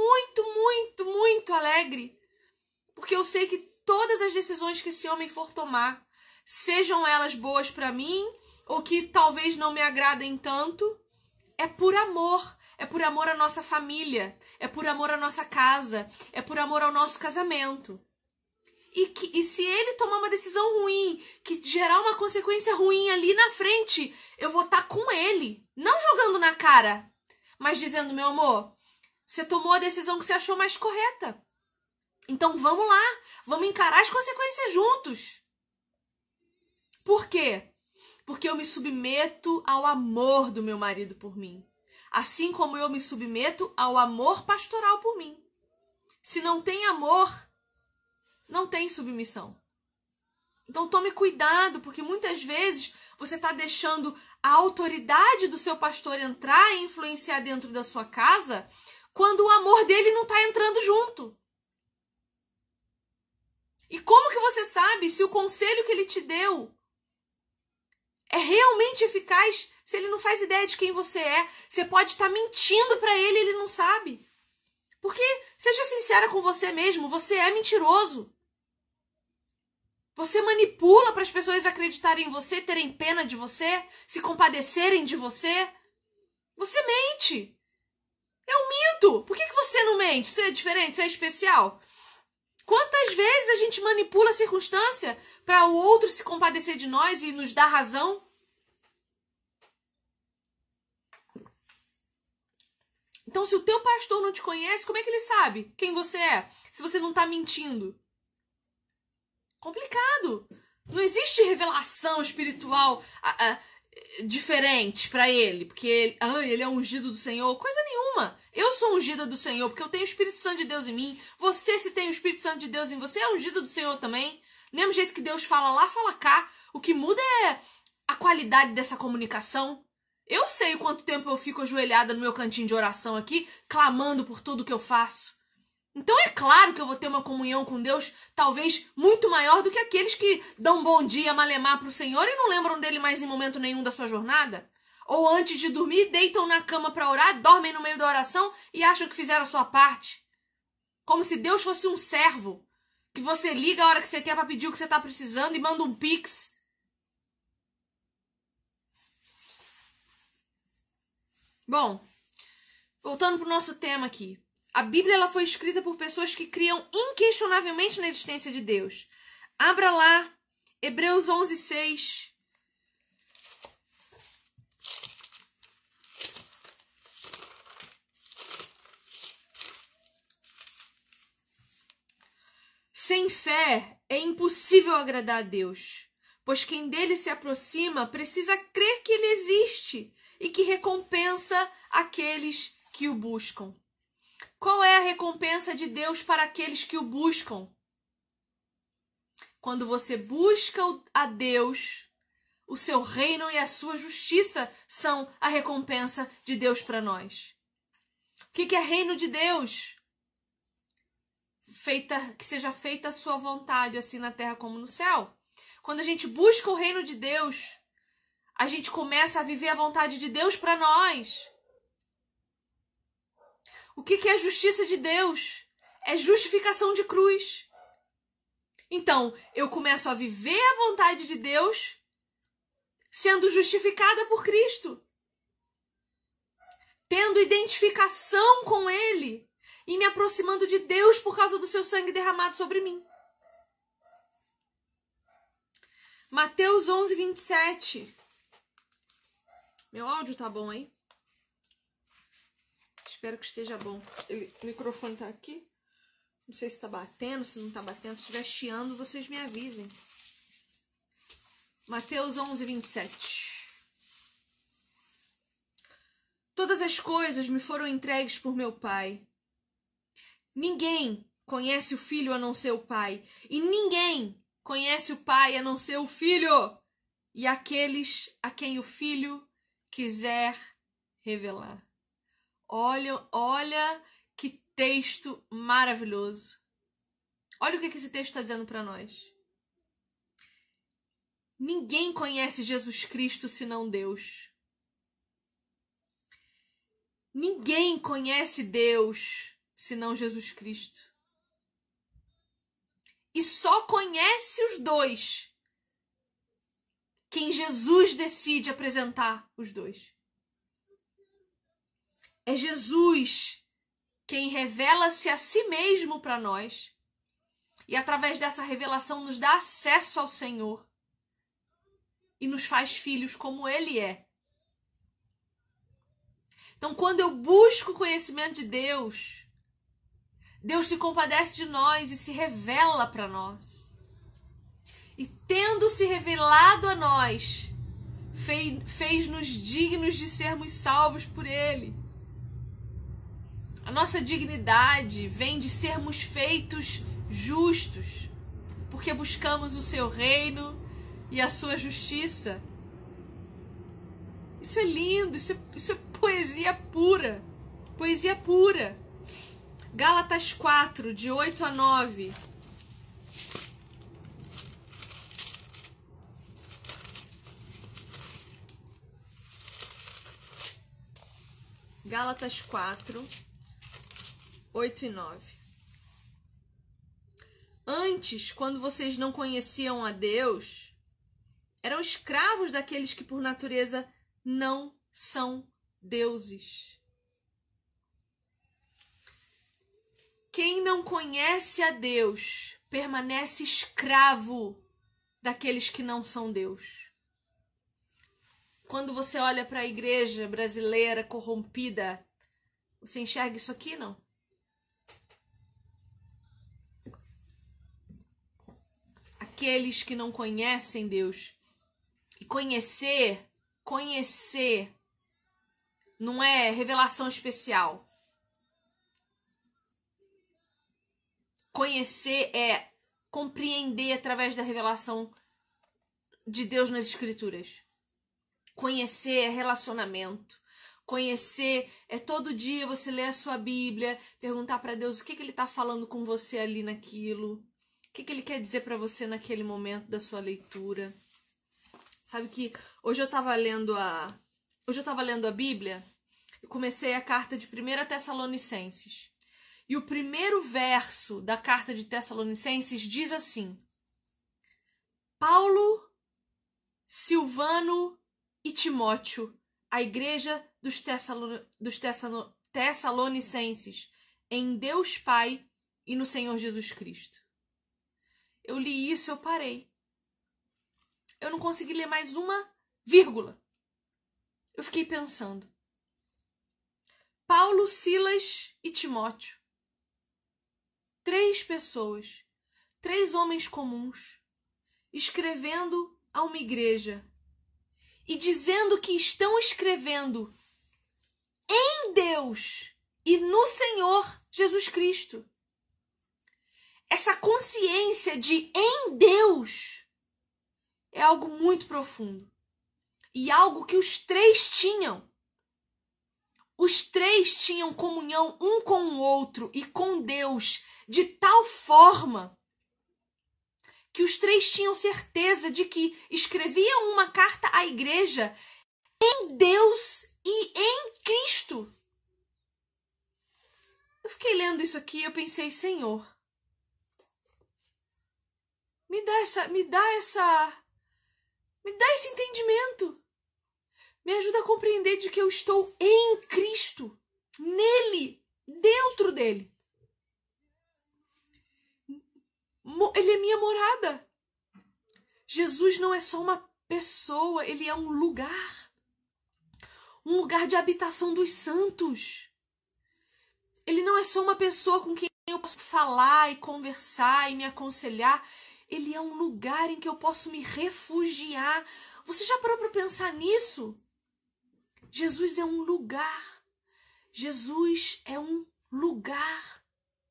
muito alegre. Porque eu sei que todas as decisões que esse homem for tomar, sejam elas boas para mim ou que talvez não me agradem tanto, é por amor. É por amor à nossa família. É por amor à nossa casa. É por amor ao nosso casamento. E se ele tomar uma decisão ruim, que gerar uma consequência ruim ali na frente, eu vou estar com ele. Não jogando na cara, mas dizendo, meu amor, você tomou a decisão que você achou mais correta. Então vamos lá, vamos encarar as consequências juntos. Por quê? Porque eu me submeto ao amor do meu marido por mim. Assim como eu me submeto ao amor pastoral por mim. Se não tem amor, não tem submissão. Então tome cuidado, porque muitas vezes você está deixando a autoridade do seu pastor entrar e influenciar dentro da sua casa, quando o amor dele não está entrando junto. E como que você sabe se o conselho que ele te deu é realmente eficaz, se ele não faz ideia de quem você é? Você pode estar mentindo para ele e ele não sabe. Porque, seja sincera com você mesmo, você é mentiroso. Você manipula para as pessoas acreditarem em você, terem pena de você, se compadecerem de você. Você mente. Eu minto. Por que você não mente? Você é diferente, você é especial. Quantas vezes a gente manipula a circunstância para o outro se compadecer de nós e nos dar razão? Então, se o teu pastor não te conhece, como é que ele sabe quem você é? Se você não está mentindo. Complicado. Não existe revelação espiritual diferente para ele, porque ele é ungido do Senhor. Coisa nenhuma. Eu sou ungida do Senhor, porque eu tenho o Espírito Santo de Deus em mim. Você, se tem o Espírito Santo de Deus em você, é ungido do Senhor também. Do mesmo jeito que Deus fala lá, fala cá. O que muda é a qualidade dessa comunicação. Eu sei quanto tempo eu fico ajoelhada no meu cantinho de oração aqui, clamando por tudo que eu faço. Então é claro que eu vou ter uma comunhão com Deus talvez muito maior do que aqueles que dão bom dia, malemar pro Senhor e não lembram dele mais em momento nenhum da sua jornada. Ou antes de dormir, deitam na cama para orar, dormem no meio da oração e acham que fizeram a sua parte. Como se Deus fosse um servo, que você liga a hora que você quer para pedir o que você está precisando e manda um pix. Bom, voltando pro nosso tema aqui. A Bíblia ela foi escrita por pessoas que criam inquestionavelmente na existência de Deus. Abra lá, Hebreus 11:6. Sem fé é impossível agradar a Deus, pois quem dele se aproxima precisa crer que ele existe e que recompensa aqueles que o buscam. Qual é a recompensa de Deus para aqueles que o buscam? Quando você busca a Deus, o seu reino e a sua justiça são a recompensa de Deus para nós. O que é reino de Deus? que seja feita a sua vontade, assim na terra como no céu. Quando a gente busca o reino de Deus, a gente começa a viver a vontade de Deus para nós. O que é a justiça de Deus? É justificação de cruz. Então, eu começo a viver a vontade de Deus sendo justificada por Cristo, tendo identificação com Ele e me aproximando de Deus por causa do seu sangue derramado sobre mim. Mateus 11, 27. Meu áudio tá bom, hein? Espero que esteja bom. O microfone tá aqui. Não sei se tá batendo, se não tá batendo. Se estiver chiando, vocês me avisem. Mateus 11, 27. Todas as coisas me foram entregues por meu Pai. Ninguém conhece o Filho a não ser o Pai. E ninguém conhece o Pai a não ser o Filho. E aqueles a quem o Filho quiser revelar. Olha que texto maravilhoso. Olha o que esse texto está dizendo para nós. Ninguém conhece Jesus Cristo senão Deus. Ninguém conhece Deus senão Jesus Cristo. E só conhece os dois quem Jesus decide apresentar os dois. É Jesus quem revela-se a si mesmo para nós e através dessa revelação nos dá acesso ao Senhor e nos faz filhos como Ele é. Então, quando eu busco o conhecimento de Deus, Deus se compadece de nós e se revela para nós. E tendo se revelado a nós, fez-nos dignos de sermos salvos por Ele. A nossa dignidade vem de sermos feitos justos, porque buscamos o seu reino e a sua justiça. Isso é lindo, isso é poesia pura. Poesia pura. Gálatas 4, de 8 a 9. Gálatas 4, 8 e 9. Antes, quando vocês não conheciam a Deus, eram escravos daqueles que por natureza não são deuses. Quem não conhece a Deus permanece escravo daqueles que não são Deus. Quando você olha para a igreja brasileira corrompida, você enxerga isso aqui, não? Aqueles que não conhecem Deus. E conhecer não é revelação especial. Conhecer é compreender através da revelação de Deus nas Escrituras. Conhecer é relacionamento. Conhecer é todo dia você ler a sua Bíblia, perguntar para Deus o que Ele está falando com você ali naquilo. O que Ele quer dizer para você naquele momento da sua leitura. Sabe que hoje eu estava lendo a Bíblia e comecei a carta de 1 Tessalonicenses. E o primeiro verso da carta de Tessalonicenses diz assim: Paulo, Silvano e Timóteo, a igreja dos Tessalonicenses, em Deus Pai e no Senhor Jesus Cristo. Eu li isso, eu parei. Eu não consegui ler mais uma vírgula. Eu fiquei pensando. Paulo, Silas e Timóteo. 3 pessoas, 3 homens comuns, escrevendo a uma igreja e dizendo que estão escrevendo em Deus e no Senhor Jesus Cristo. Essa consciência de em Deus é algo muito profundo e algo que os 3 tinham. Os três tinham comunhão um com o outro e com Deus de tal forma que os três tinham certeza de que escreviam uma carta à igreja em Deus e em Cristo. Eu fiquei lendo isso aqui e eu pensei, Senhor, me dá esse entendimento. Me ajuda a compreender de que eu estou em Cristo, nele, dentro dele. Ele é minha morada. Jesus não é só uma pessoa, ele é um lugar de habitação dos santos. Ele não é só uma pessoa com quem eu posso falar e conversar e me aconselhar. Ele é um lugar em que eu posso me refugiar. Você já parou para pensar nisso? Jesus é um lugar. Jesus é um lugar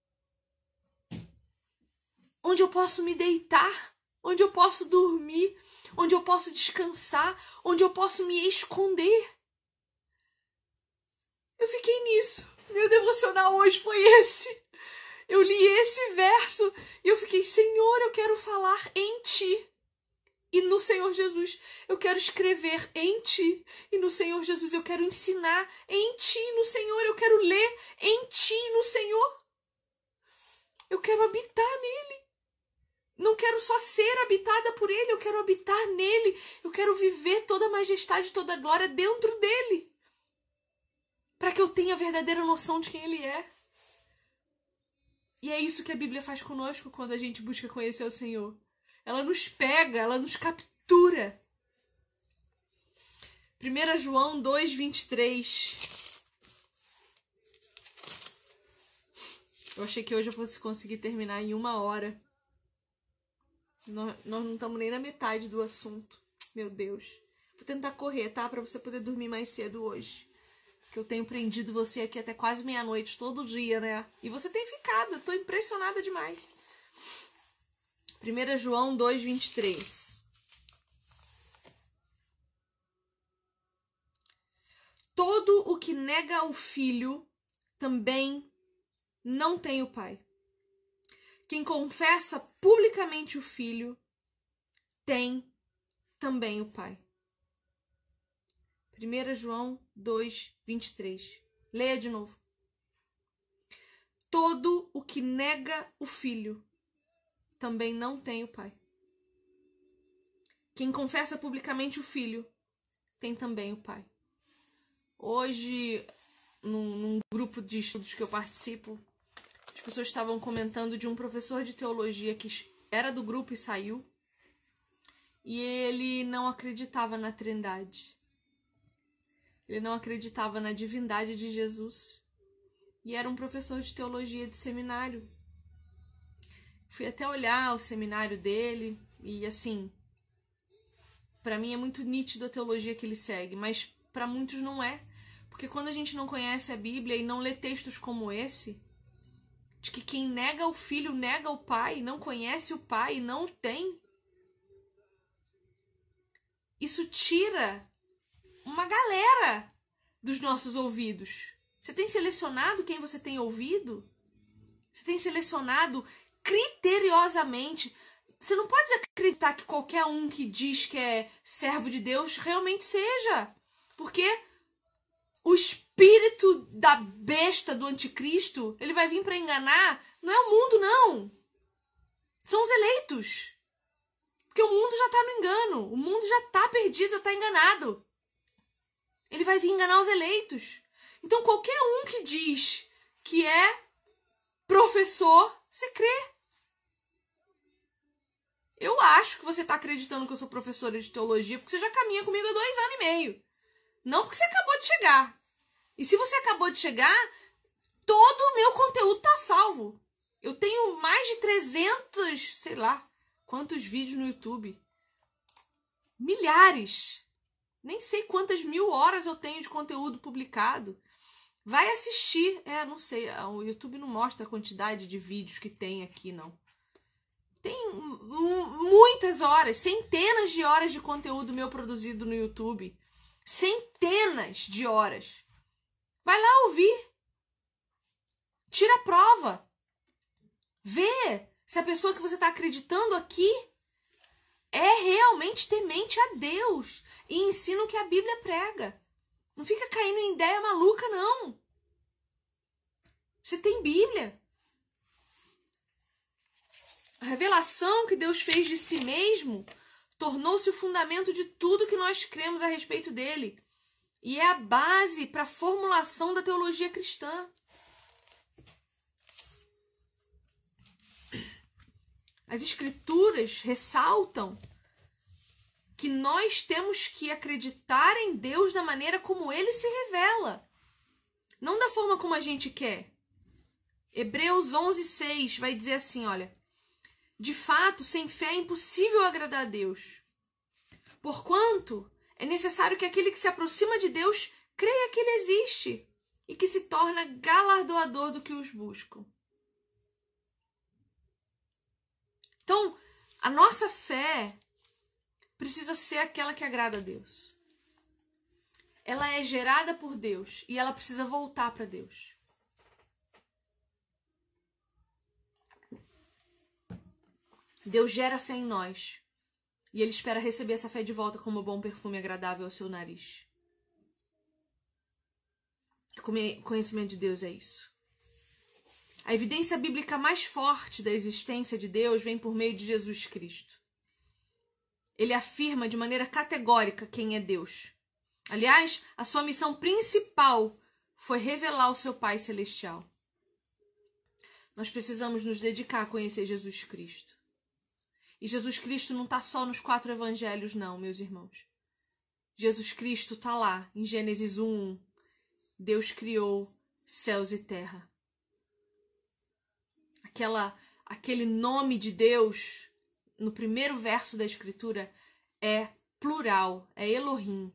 onde eu posso me deitar, onde eu posso dormir, onde eu posso descansar, onde eu posso me esconder. Eu fiquei nisso. Meu devocional hoje foi esse. Eu li esse verso e eu fiquei, Senhor, eu quero falar em Ti. E no Senhor Jesus, eu quero escrever em Ti. E no Senhor Jesus, eu quero ensinar em Ti. No Senhor, eu quero ler em Ti. No Senhor, eu quero habitar nele. Não quero só ser habitada por Ele, eu quero habitar nele. Eu quero viver toda a majestade, toda a glória dentro dele. Para que eu tenha a verdadeira noção de quem Ele é. E é isso que a Bíblia faz conosco quando a gente busca conhecer o Senhor. Ela nos pega, ela nos captura. 1 João 2:23. Eu achei que hoje eu fosse conseguir terminar em 1 hora. Nós não estamos nem na metade do assunto. Meu Deus. Vou tentar correr, tá? Pra você poder dormir mais cedo hoje. Porque eu tenho prendido você aqui até quase meia-noite, todo dia, né? E você tem ficado. Eu tô impressionada demais. 1 João 2:23. Todo o que nega o Filho também não tem o Pai. Quem confessa publicamente o Filho tem também o Pai. 1 João 2:23. Leia de novo. Todo o que nega o Filho também não tem o Pai. Quem confessa publicamente o Filho tem também o Pai. Hoje, num grupo de estudos que eu participo, as pessoas estavam comentando de um professor de teologia que era do grupo e saiu. E ele não acreditava na Trindade. Ele não acreditava na divindade de Jesus. E era um professor de teologia de seminário. Fui até olhar o seminário dele e, assim, para mim é muito nítido a teologia que ele segue, mas para muitos não é. Porque quando a gente não conhece a Bíblia e não lê textos como esse, de que quem nega o Filho nega o Pai, não conhece o Pai, não o tem, isso tira uma galera dos nossos ouvidos. Você tem selecionado quem você tem ouvido? Você tem selecionado criteriosamente. Você não pode acreditar que qualquer um que diz que é servo de Deus realmente seja. Porque o espírito da besta do anticristo, ele vai vir para enganar. Não é o mundo, não. São os eleitos. Porque o mundo já está no engano. O mundo já está perdido, já está enganado. Ele vai vir enganar os eleitos. Então qualquer um que diz que é professor, você crê. Eu acho que você está acreditando que eu sou professora de teologia porque você já caminha comigo há 2 anos e meio. Não porque você acabou de chegar. E se você acabou de chegar, todo o meu conteúdo tá salvo. Eu tenho mais de 300, sei lá, quantos vídeos no YouTube. Milhares. Nem sei quantas 1000 horas eu tenho de conteúdo publicado. Vai assistir. Não sei, o YouTube não mostra a quantidade de vídeos que tem aqui, não. Tem muitas horas, centenas de horas de conteúdo meu produzido no YouTube. Centenas de horas. Vai lá ouvir. Tira a prova. Vê se a pessoa que você está acreditando aqui é realmente temente a Deus e ensina o que a Bíblia prega. Não fica caindo em ideia maluca, não. Você tem Bíblia. A revelação que Deus fez de si mesmo tornou-se o fundamento de tudo que nós cremos a respeito dele. E é a base para a formulação da teologia cristã. As Escrituras ressaltam que nós temos que acreditar em Deus da maneira como Ele se revela, não da forma como a gente quer. Hebreus 11:6 vai dizer assim, olha: de fato, sem fé é impossível agradar a Deus, porquanto é necessário que aquele que se aproxima de Deus creia que Ele existe e que se torna galardoador do que os buscam. Então, a nossa fé precisa ser aquela que agrada a Deus. Ela é gerada por Deus e ela precisa voltar para Deus. Deus gera fé em nós e Ele espera receber essa fé de volta como um bom perfume agradável ao seu nariz. O conhecimento de Deus é isso. A evidência bíblica mais forte da existência de Deus vem por meio de Jesus Cristo. Ele afirma de maneira categórica quem é Deus. Aliás, a sua missão principal foi revelar o seu Pai Celestial. Nós precisamos nos dedicar a conhecer Jesus Cristo. E Jesus Cristo não está só nos 4 evangelhos, não, meus irmãos. Jesus Cristo está lá, em Gênesis 1:1. Deus criou céus e terra. Aquele nome de Deus, no primeiro verso da Escritura, é plural, é Elohim.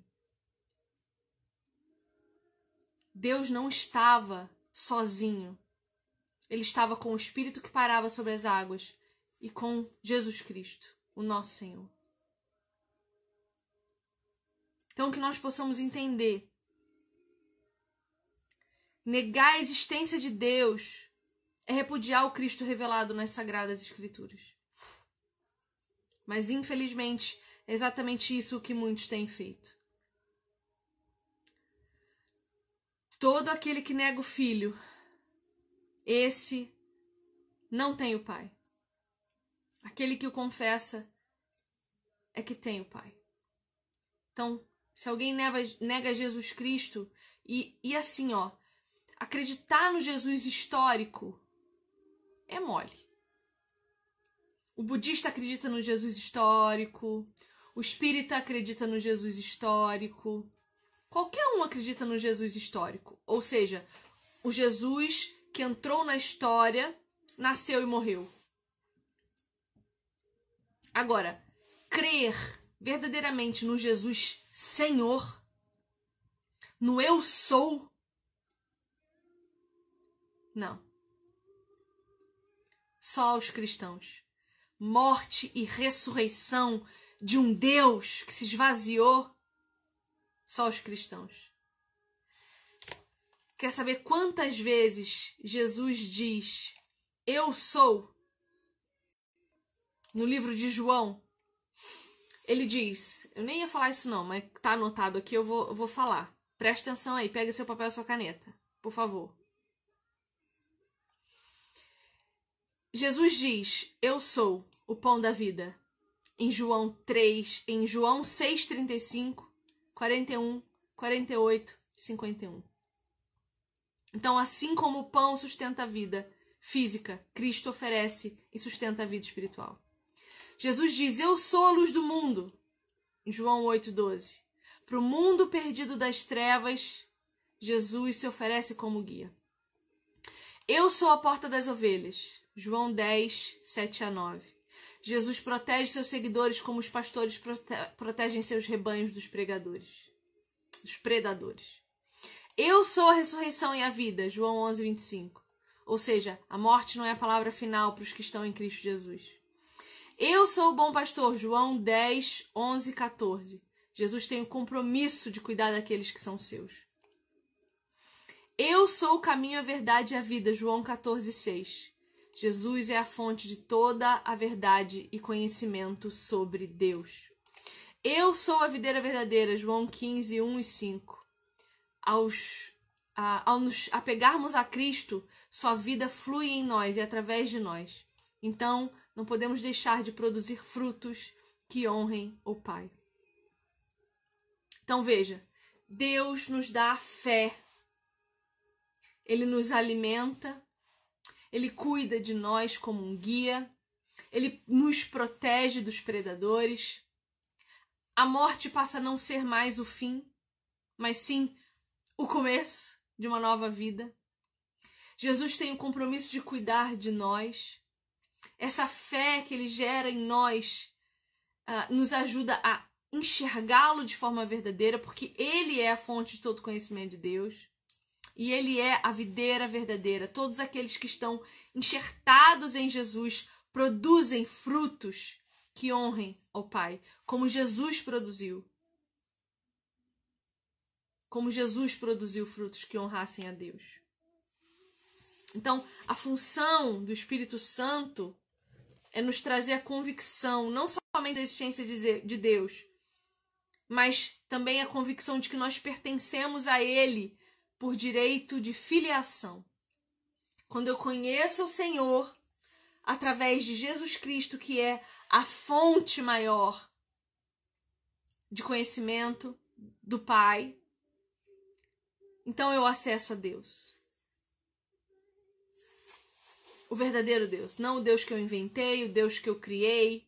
Deus não estava sozinho. Ele estava com o Espírito que parava sobre as águas e com Jesus Cristo, o nosso Senhor. Então, que nós possamos entender. Negar a existência de Deus é repudiar o Cristo revelado nas Sagradas Escrituras. Mas, infelizmente, é exatamente isso que muitos têm feito. Todo aquele que nega o Filho, esse não tem o Pai. Aquele que o confessa é que tem o Pai. Então, se alguém nega Jesus Cristo e assim, acreditar no Jesus histórico é mole. O budista acredita no Jesus histórico, o espírita acredita no Jesus histórico, qualquer um acredita no Jesus histórico. Ou seja, o Jesus que entrou na história, nasceu e morreu. Agora, crer verdadeiramente no Jesus Senhor, no eu sou, não. Só os cristãos. Morte e ressurreição de um Deus que se esvaziou, só os cristãos. Quer saber quantas vezes Jesus diz, eu sou? No livro de João, ele diz, eu nem ia falar isso não, mas tá anotado aqui, eu vou falar. Presta atenção aí, pega seu papel e sua caneta, por favor. Jesus diz, eu sou o pão da vida, em João 6:35, 41, 48, 51. Então, assim como o pão sustenta a vida física, Cristo oferece e sustenta a vida espiritual. Jesus diz, eu sou a luz do mundo, em João 8:12. Para o mundo perdido das trevas, Jesus se oferece como guia. Eu sou a porta das ovelhas, João 10:7-9. Jesus protege seus seguidores como os pastores protegem seus rebanhos dos predadores. Eu sou a ressurreição e a vida, João 11:25. Ou seja, a morte não é a palavra final para os que estão em Cristo Jesus. Eu sou o bom pastor, João 10:11-14. Jesus tem o compromisso de cuidar daqueles que são seus. Eu sou o caminho, a verdade e a vida, João 14:6. Jesus é a fonte de toda a verdade e conhecimento sobre Deus. Eu sou a videira verdadeira, João 15:1 e 5. Ao nos apegarmos a Cristo, sua vida flui em nós e através de nós. Então, não podemos deixar de produzir frutos que honrem o Pai. Então, veja, Deus nos dá fé. Ele nos alimenta, Ele cuida de nós como um guia, Ele nos protege dos predadores. A morte passa a não ser mais o fim, mas sim o começo de uma nova vida. Jesus tem o compromisso de cuidar de nós. Essa fé que Ele gera em nós nos ajuda a enxergá-lo de forma verdadeira, porque Ele é a fonte de todo conhecimento de Deus. E Ele é a videira verdadeira. Todos aqueles que estão enxertados em Jesus produzem frutos que honrem ao Pai, como Jesus produziu. Como Jesus produziu frutos que honrassem a Deus. Então, a função do Espírito Santo é nos trazer a convicção, não somente da existência de Deus, mas também a convicção de que nós pertencemos a Ele por direito de filiação. Quando eu conheço o Senhor, através de Jesus Cristo, que é a fonte maior de conhecimento do Pai, então eu acesso a Deus. O verdadeiro Deus, não o Deus que eu inventei, o Deus que eu criei.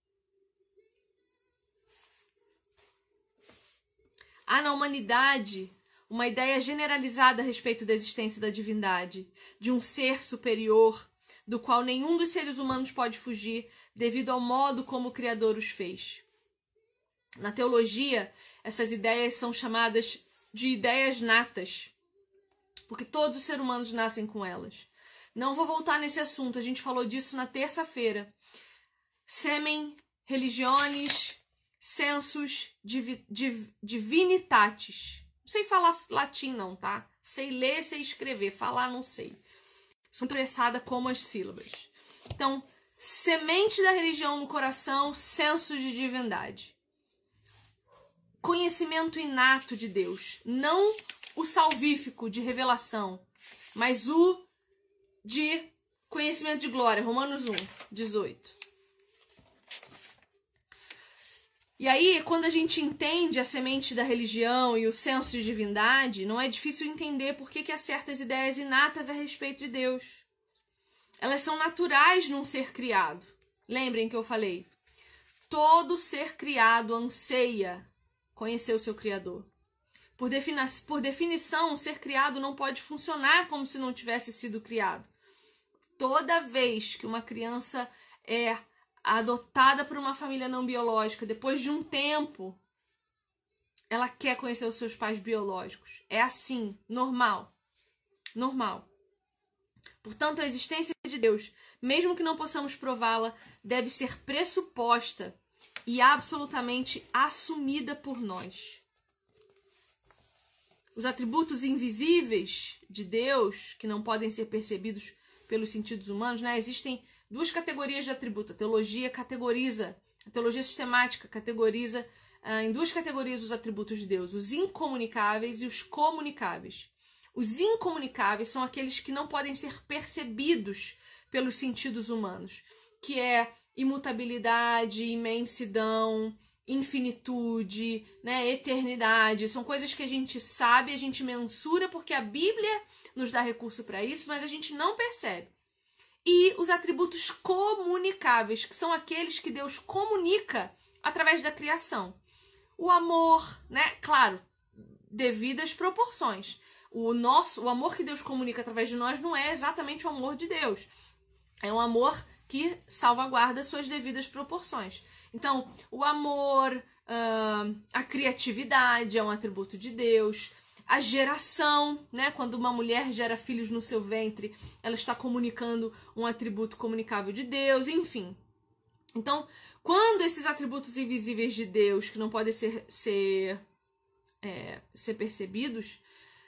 Há na humanidade uma ideia generalizada a respeito da existência da divindade, de um ser superior, do qual nenhum dos seres humanos pode fugir, devido ao modo como o Criador os fez. Na teologia, essas ideias são chamadas de ideias natas, porque todos os seres humanos nascem com elas. Não vou voltar nesse assunto, a gente falou disso na terça-feira. Semen religiones sensus divinitatis. Não sei falar latim não, tá? Sei ler, sei escrever, falar não sei. Sou interessada como as sílabas. Então, semente da religião no coração, senso de divindade. Conhecimento inato de Deus. Não o salvífico de revelação, mas o de conhecimento de glória. Romanos 1:18. E aí, quando a gente entende a semente da religião e o senso de divindade, não é difícil entender por que há certas ideias inatas a respeito de Deus. Elas são naturais num ser criado. Lembrem que eu falei, todo ser criado anseia conhecer o seu Criador. Por definição, um ser criado não pode funcionar como se não tivesse sido criado. Toda vez que uma criança é adotada por uma família não biológica, depois de um tempo, ela quer conhecer os seus pais biológicos. É assim, normal. Normal. Portanto, a existência de Deus, mesmo que não possamos prová-la, deve ser pressuposta e absolutamente assumida por nós. Os atributos invisíveis de Deus, que não podem ser percebidos pelos sentidos humanos, né? Existem duas categorias de atributo. A teologia sistemática categoriza em duas categorias os atributos de Deus, os incomunicáveis e os comunicáveis. Os incomunicáveis são aqueles que não podem ser percebidos pelos sentidos humanos, que é imutabilidade, imensidão, infinitude, né, eternidade. São coisas que a gente sabe, a gente mensura porque a Bíblia nos dá recurso para isso, mas a gente não percebe. E os atributos comunicáveis, que são aqueles que Deus comunica através da criação. O amor, né? Claro, devidas proporções. O amor que Deus comunica através de nós não é exatamente o amor de Deus. É um amor que salvaguarda suas devidas proporções. Então, o amor, a criatividade é um atributo de Deus. A geração, né? Quando uma mulher gera filhos no seu ventre, ela está comunicando um atributo comunicável de Deus, enfim. Então, quando esses atributos invisíveis de Deus, que não podem ser percebidos,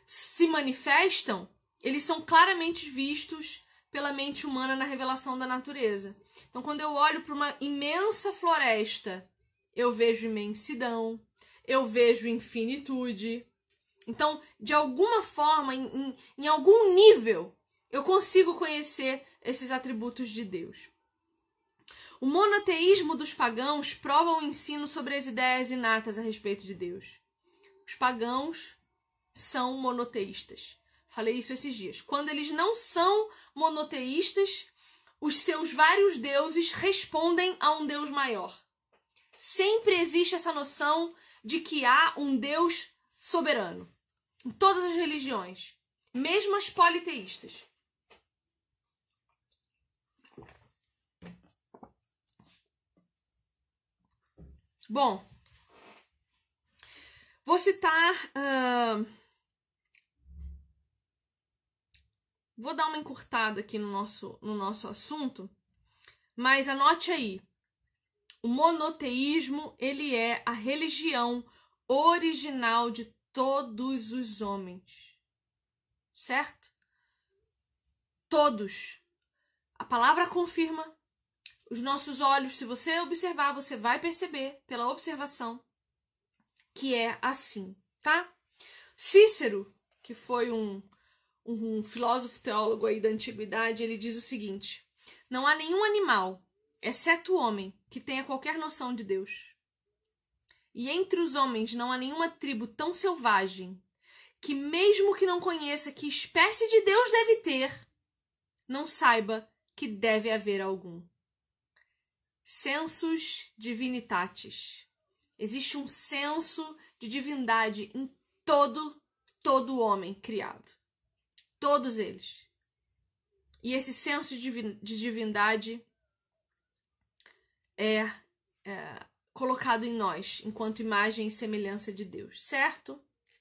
se manifestam, eles são claramente vistos pela mente humana na revelação da natureza. Então, quando eu olho para uma imensa floresta, eu vejo imensidão, eu vejo infinitude. Então, de alguma forma, em algum nível, eu consigo conhecer esses atributos de Deus. O monoteísmo dos pagãos prova o ensino sobre as ideias inatas a respeito de Deus. Os pagãos são monoteístas. Falei isso esses dias. Quando eles não são monoteístas, os seus vários deuses respondem a um Deus maior. Sempre existe essa noção de que há um Deus soberano. Em todas as religiões, mesmo as politeístas. Bom, vou citar... Vou dar uma encurtada aqui no nosso assunto, mas anote aí. O monoteísmo, ele é a religião original de todos os homens. Certo? Todos. A palavra confirma. Os nossos olhos, se você observar, você vai perceber, pela observação, que é assim, tá? Cícero, que foi um filósofo teólogo aí da antiguidade, ele diz o seguinte: não há nenhum animal, exceto o homem, que tenha qualquer noção de Deus. E entre os homens não há nenhuma tribo tão selvagem que, mesmo que não conheça que espécie de Deus deve ter, não saiba que deve haver algum. Sensus divinitatis. Existe um senso de divindade em todo homem criado. Todos eles. E esse senso de divindade é colocado em nós, enquanto imagem e semelhança de Deus, certo?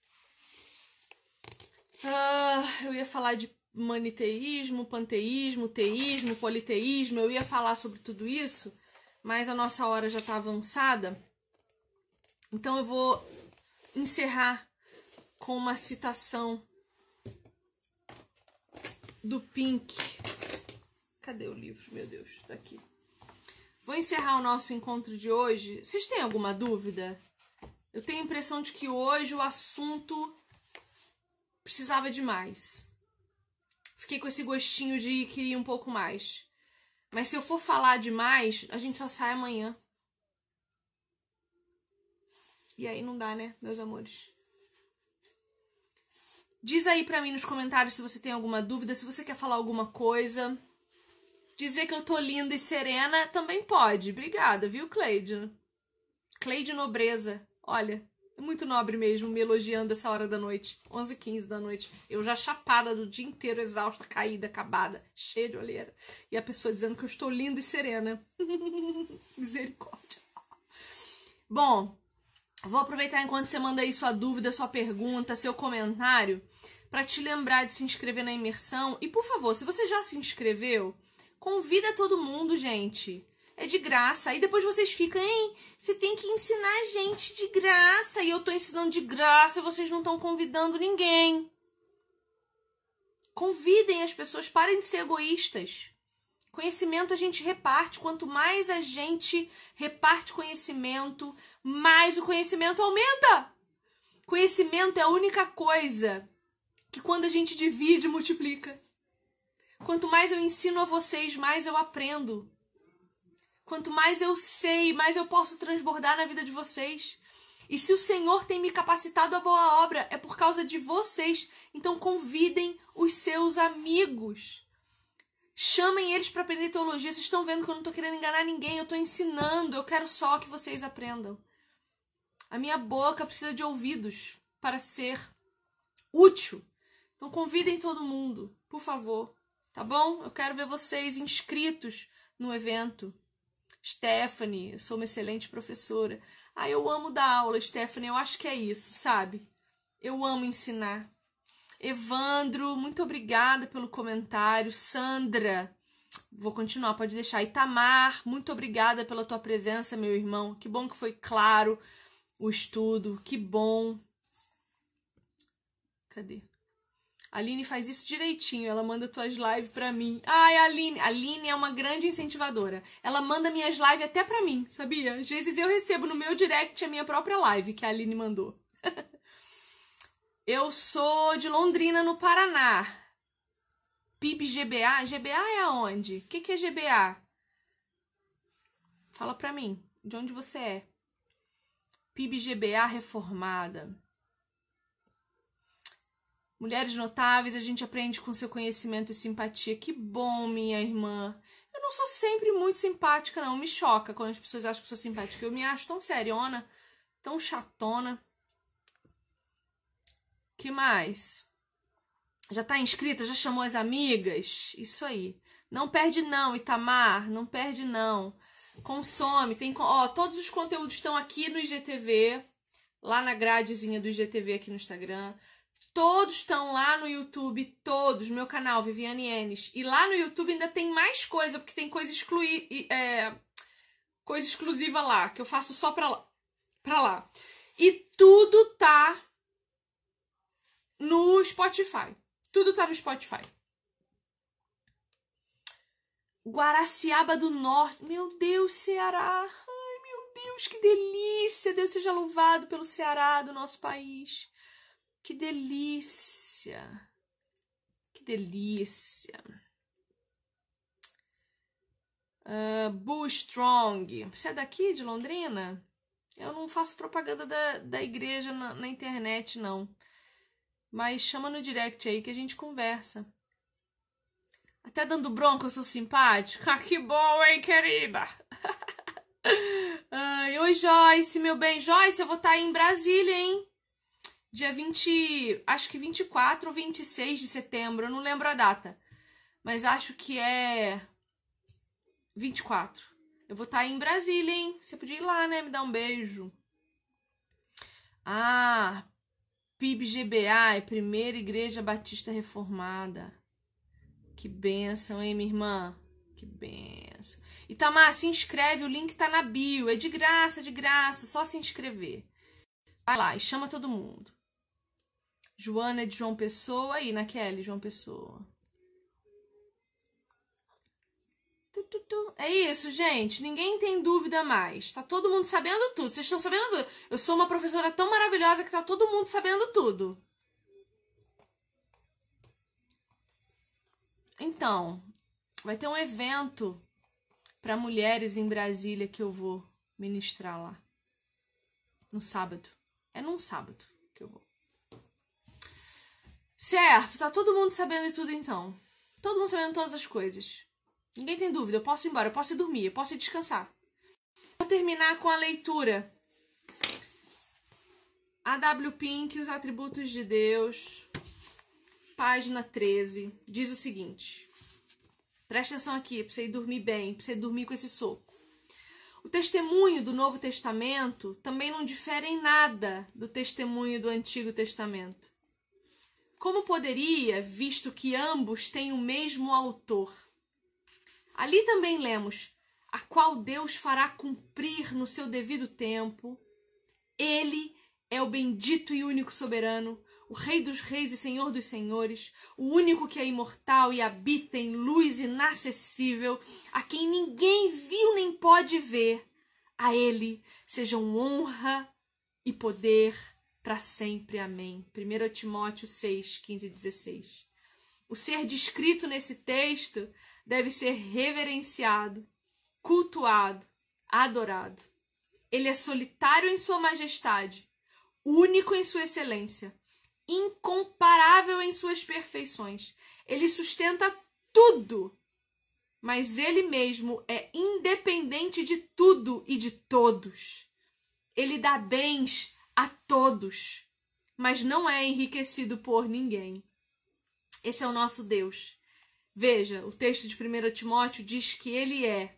Eu ia falar de maniteísmo, panteísmo, teísmo, politeísmo, eu ia falar sobre tudo isso, mas a nossa hora já está avançada, então eu vou encerrar com uma citação do Pink. Cadê o livro? Meu Deus, tá aqui. Vou encerrar o nosso encontro de hoje. Vocês têm alguma dúvida? Eu tenho a impressão de que hoje o assunto precisava de mais. Fiquei com esse gostinho de querer um pouco mais. Mas se eu for falar demais, a gente só sai amanhã. E aí não dá, né, meus amores? Diz aí pra mim nos comentários se você tem alguma dúvida, se você quer falar alguma coisa. Dizer que eu tô linda e serena também pode. Obrigada, viu, Cleide? Cleide Nobreza. Olha, é muito nobre mesmo me elogiando essa hora da noite. 11h15 da noite. Eu já chapada do dia inteiro, exausta, caída, acabada, cheia de olheira. E a pessoa dizendo que eu estou linda e serena. Misericórdia. Bom, vou aproveitar enquanto você manda aí sua dúvida, sua pergunta, seu comentário, para te lembrar de se inscrever na imersão. E, por favor, se você já se inscreveu, convida todo mundo, gente. É de graça. Aí depois vocês ficam, hein? Você tem que ensinar a gente de graça. E eu tô ensinando de graça e vocês não estão convidando ninguém. Convidem as pessoas, parem de ser egoístas. Conhecimento a gente reparte. Quanto mais a gente reparte conhecimento, mais o conhecimento aumenta. Conhecimento é a única coisa que quando a gente divide, multiplica. Quanto mais eu ensino a vocês, mais eu aprendo. Quanto mais eu sei, mais eu posso transbordar na vida de vocês. E se o Senhor tem me capacitado a boa obra, é por causa de vocês. Então convidem os seus amigos. Chamem eles para aprender teologia. Vocês estão vendo que eu não estou querendo enganar ninguém. Eu estou ensinando. Eu quero só que vocês aprendam. A minha boca precisa de ouvidos para ser útil. Então convidem todo mundo, por favor. Tá bom? Eu quero ver vocês inscritos no evento. Stephanie, eu sou uma excelente professora. Eu amo dar aula, Stephanie, eu acho que é isso, sabe? Eu amo ensinar. Evandro, muito obrigada pelo comentário. Sandra, vou continuar, pode deixar. Itamar, muito obrigada pela tua presença, meu irmão. Que bom que foi claro o estudo, que bom. Cadê? A Aline faz isso direitinho, ela manda tuas lives pra mim. Ai, a Aline é uma grande incentivadora. Ela manda minhas lives até pra mim, sabia? Às vezes eu recebo no meu direct a minha própria live que a Aline mandou. Eu sou de Londrina, no Paraná. PIB GBA? GBA é aonde? O que é GBA? Fala pra mim, de onde você é? PIB GBA reformada. Mulheres notáveis, a gente aprende com seu conhecimento e simpatia. Que bom, minha irmã. Eu não sou sempre muito simpática, não. Me choca quando as pessoas acham que eu sou simpática. Eu me acho tão seriona, tão chatona. Que mais? Já tá inscrita? Já chamou as amigas? Isso aí. Não perde não, Itamar. Não perde não. Consome. Todos os conteúdos estão aqui no IGTV. Lá na gradezinha do IGTV aqui no Instagram. Todos estão lá no YouTube, todos, meu canal, Viviane Enes. E lá no YouTube ainda tem mais coisa, porque tem coisa exclusiva lá, que eu faço só pra lá. E tudo tá no Spotify. Tudo tá no Spotify. Guaraciaba do Norte. Meu Deus, Ceará. Ai, meu Deus, que delícia. Deus seja louvado pelo Ceará do nosso país. Que delícia! Que delícia! Bull Strong. Você é daqui, de Londrina? Eu não faço propaganda da igreja na internet, não. Mas chama no direct aí que a gente conversa. Até dando bronca, eu sou simpática. Ah, que bom, hein, querida? Oi, Joyce, meu bem. Joyce, eu vou estar aí em Brasília, hein? Dia 20, acho que 24 ou 26 de setembro, eu não lembro a data. Mas acho que é 24. Eu vou estar aí em Brasília, hein? Você podia ir lá, né? Me dar um beijo. PIB GBA é Primeira Igreja Batista Reformada. Que bênção, hein, minha irmã? Que bênção. Itamar, se inscreve, o link tá na bio. É de graça, só se inscrever. Vai lá e chama todo mundo. Joana é de João Pessoa. Aí, Naquele, João Pessoa. É isso, gente. Ninguém tem dúvida mais. Tá todo mundo sabendo tudo. Vocês estão sabendo tudo. Eu sou uma professora tão maravilhosa que tá todo mundo sabendo tudo. Então, vai ter um evento para mulheres em Brasília que eu vou ministrar lá. No sábado. É num sábado que eu vou. Certo, tá todo mundo sabendo de tudo então. Todo mundo sabendo todas as coisas. Ninguém tem dúvida, eu posso ir embora, eu posso ir dormir, eu posso ir descansar. Vou terminar com a leitura. A.W. Pink, Os Atributos de Deus, página 13, diz o seguinte. Presta atenção aqui, pra você ir dormir bem, pra você dormir com esse soco. O testemunho do Novo Testamento também não difere em nada do testemunho do Antigo Testamento. Como poderia, visto que ambos têm o mesmo autor? Ali também lemos, a qual Deus fará cumprir no seu devido tempo. Ele é o bendito e único soberano, o Rei dos reis e Senhor dos senhores, o único que é imortal e habita em luz inacessível, a quem ninguém viu nem pode ver. A ele sejam honra e poder para sempre. Amém. 1 Timóteo 6, 15 e 16. O ser descrito nesse texto deve ser reverenciado, cultuado, adorado. Ele é solitário em sua majestade, único em sua excelência, incomparável em suas perfeições. Ele sustenta tudo, mas ele mesmo é independente de tudo e de todos. Ele dá bens a todos, mas não é enriquecido por ninguém. Esse é o nosso Deus. Veja, o texto de 1 Timóteo diz que ele é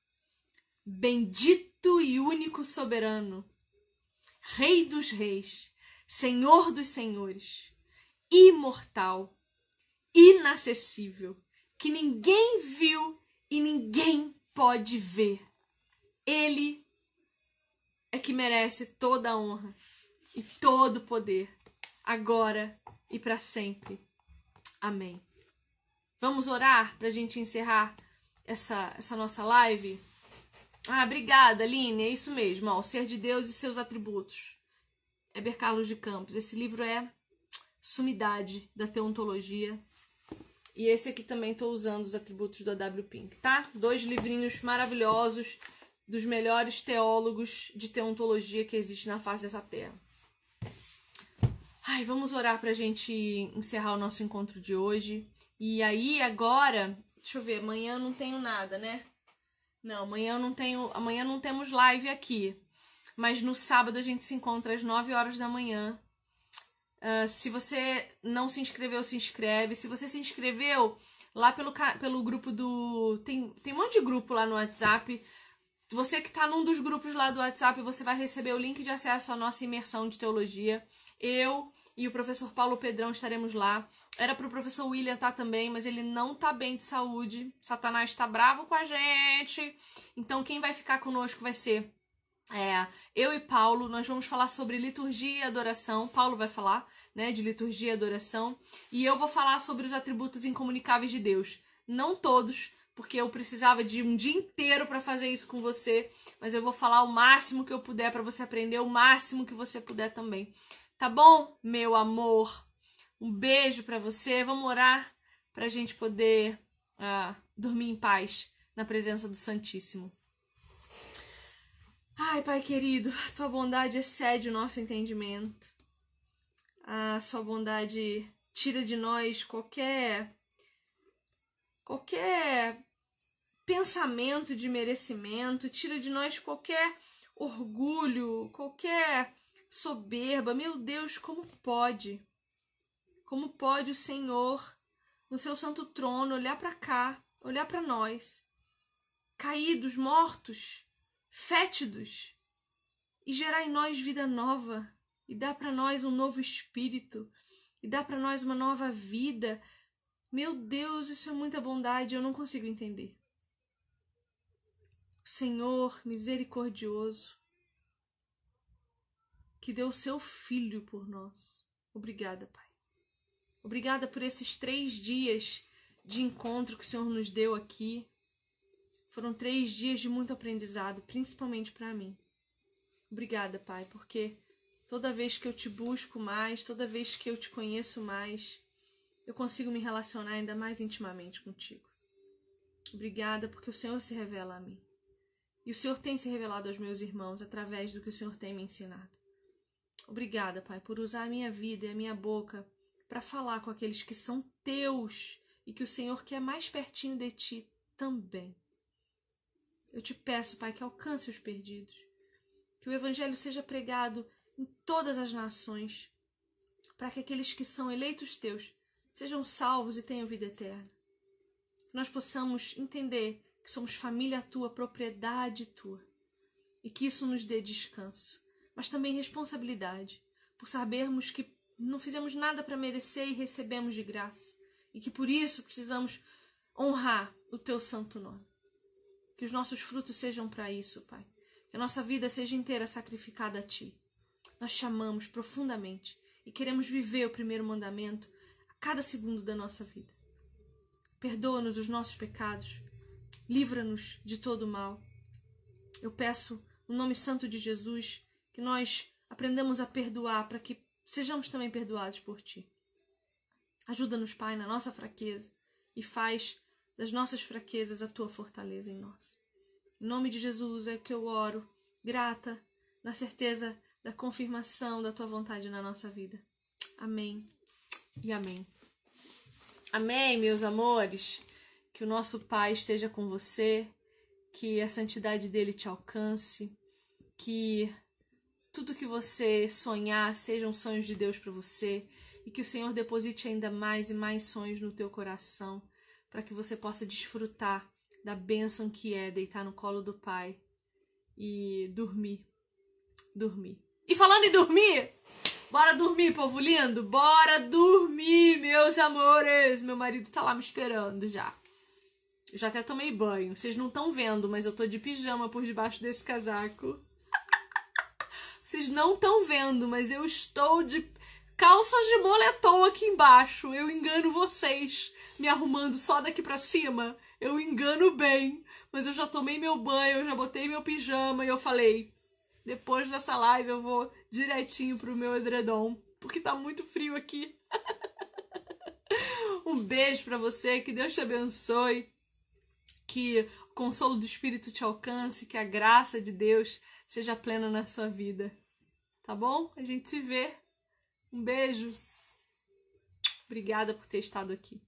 bendito e único soberano, Rei dos reis, Senhor dos senhores, imortal, inacessível, que ninguém viu e ninguém pode ver. Ele é que merece toda a honra e todo o poder, agora e para sempre. Amém. Vamos orar pra gente encerrar essa nossa live? Obrigada, Aline. É isso mesmo, ó, O Ser de Deus e Seus Atributos. Heber Carlos de Campos. Esse livro é sumidade da teontologia. E esse aqui também estou usando os atributos do A.W. Pink, tá? 2 livrinhos maravilhosos dos melhores teólogos de teontologia que existe na face dessa terra. Vamos orar pra gente encerrar o nosso encontro de hoje. E aí, agora, deixa eu ver, amanhã eu não tenho nada, né? Não, amanhã não temos live aqui. Mas no sábado a gente se encontra às 9 horas da manhã. Se você não se inscreveu, se inscreve. Se você se inscreveu, lá pelo grupo do... Tem um monte de grupo lá no WhatsApp. Você que tá num dos grupos lá do WhatsApp, você vai receber o link de acesso à nossa imersão de teologia. Eu e o professor Paulo Pedrão estaremos lá. Era pro professor William estar também, mas ele não tá bem de saúde. Satanás tá bravo com a gente. Então quem vai ficar conosco vai ser eu e Paulo. Nós vamos falar sobre liturgia e adoração. Paulo vai falar, né, de liturgia e adoração. E eu vou falar sobre os atributos incomunicáveis de Deus. Não todos, porque eu precisava de um dia inteiro para fazer isso com você. Mas eu vou falar o máximo que eu puder para você aprender, o máximo que você puder também. Tá bom, meu amor? Um beijo pra você. Vamos orar pra gente poder dormir em paz na presença do Santíssimo. Pai querido, tua bondade excede o nosso entendimento. A sua bondade tira de nós qualquer pensamento de merecimento, tira de nós qualquer orgulho, qualquer soberba. Meu Deus, como pode? Como pode o Senhor, no seu santo trono, olhar para cá, olhar para nós, caídos, mortos, fétidos, e gerar em nós vida nova, e dar para nós um novo espírito, e dar para nós uma nova vida? Meu Deus, isso é muita bondade, eu não consigo entender. O Senhor misericordioso, que deu o seu Filho por nós. Obrigada, Pai. Obrigada por esses 3 dias de encontro que o Senhor nos deu aqui. Foram 3 dias de muito aprendizado, principalmente para mim. Obrigada, Pai, porque toda vez que eu te busco mais, toda vez que eu te conheço mais, eu consigo me relacionar ainda mais intimamente contigo. Obrigada porque o Senhor se revela a mim. E o Senhor tem se revelado aos meus irmãos através do que o Senhor tem me ensinado. Obrigada, Pai, por usar a minha vida e a minha boca para falar com aqueles que são teus e que o Senhor quer mais pertinho de ti também. Eu te peço, Pai, que alcance os perdidos, que o Evangelho seja pregado em todas as nações, para que aqueles que são eleitos teus sejam salvos e tenham vida eterna. Que nós possamos entender que somos família tua, propriedade tua, e que isso nos dê descanso, mas também responsabilidade, por sabermos que não fizemos nada para merecer e recebemos de graça, e que por isso precisamos honrar o teu santo nome. Que os nossos frutos sejam para isso, Pai. Que a nossa vida seja inteira sacrificada a ti. Nós te amamos profundamente e queremos viver o primeiro mandamento a cada segundo da nossa vida. Perdoa-nos os nossos pecados, livra-nos de todo o mal. Eu peço, no nome santo de Jesus, que nós aprendamos a perdoar para que sejamos também perdoados por ti. Ajuda-nos, Pai, na nossa fraqueza e faz das nossas fraquezas a tua fortaleza em nós. Em nome de Jesus é que eu oro, grata, na certeza da confirmação da tua vontade na nossa vida. Amém e amém. Amém, meus amores. Que o nosso Pai esteja com você, que a santidade dele te alcance, que tudo que você sonhar sejam sonhos de Deus para você e que o Senhor deposite ainda mais e mais sonhos no teu coração para que você possa desfrutar da bênção que é deitar no colo do Pai e dormir. E falando em dormir, bora dormir, povo lindo? Bora dormir, meus amores! Meu marido tá lá me esperando já. Eu já até tomei banho. Vocês não estão vendo, mas eu tô de pijama por debaixo desse casaco. Vocês não estão vendo, mas eu estou calças de moletom aqui embaixo. Eu engano vocês, me arrumando só daqui pra cima. Eu engano bem, mas eu já tomei meu banho, eu já botei meu pijama e eu falei, depois dessa live eu vou direitinho pro meu edredom, porque tá muito frio aqui. Um beijo pra você, que Deus te abençoe, que o consolo do Espírito te alcance, que a graça de Deus seja plena na sua vida. Tá bom? A gente se vê. Um beijo. Obrigada por ter estado aqui.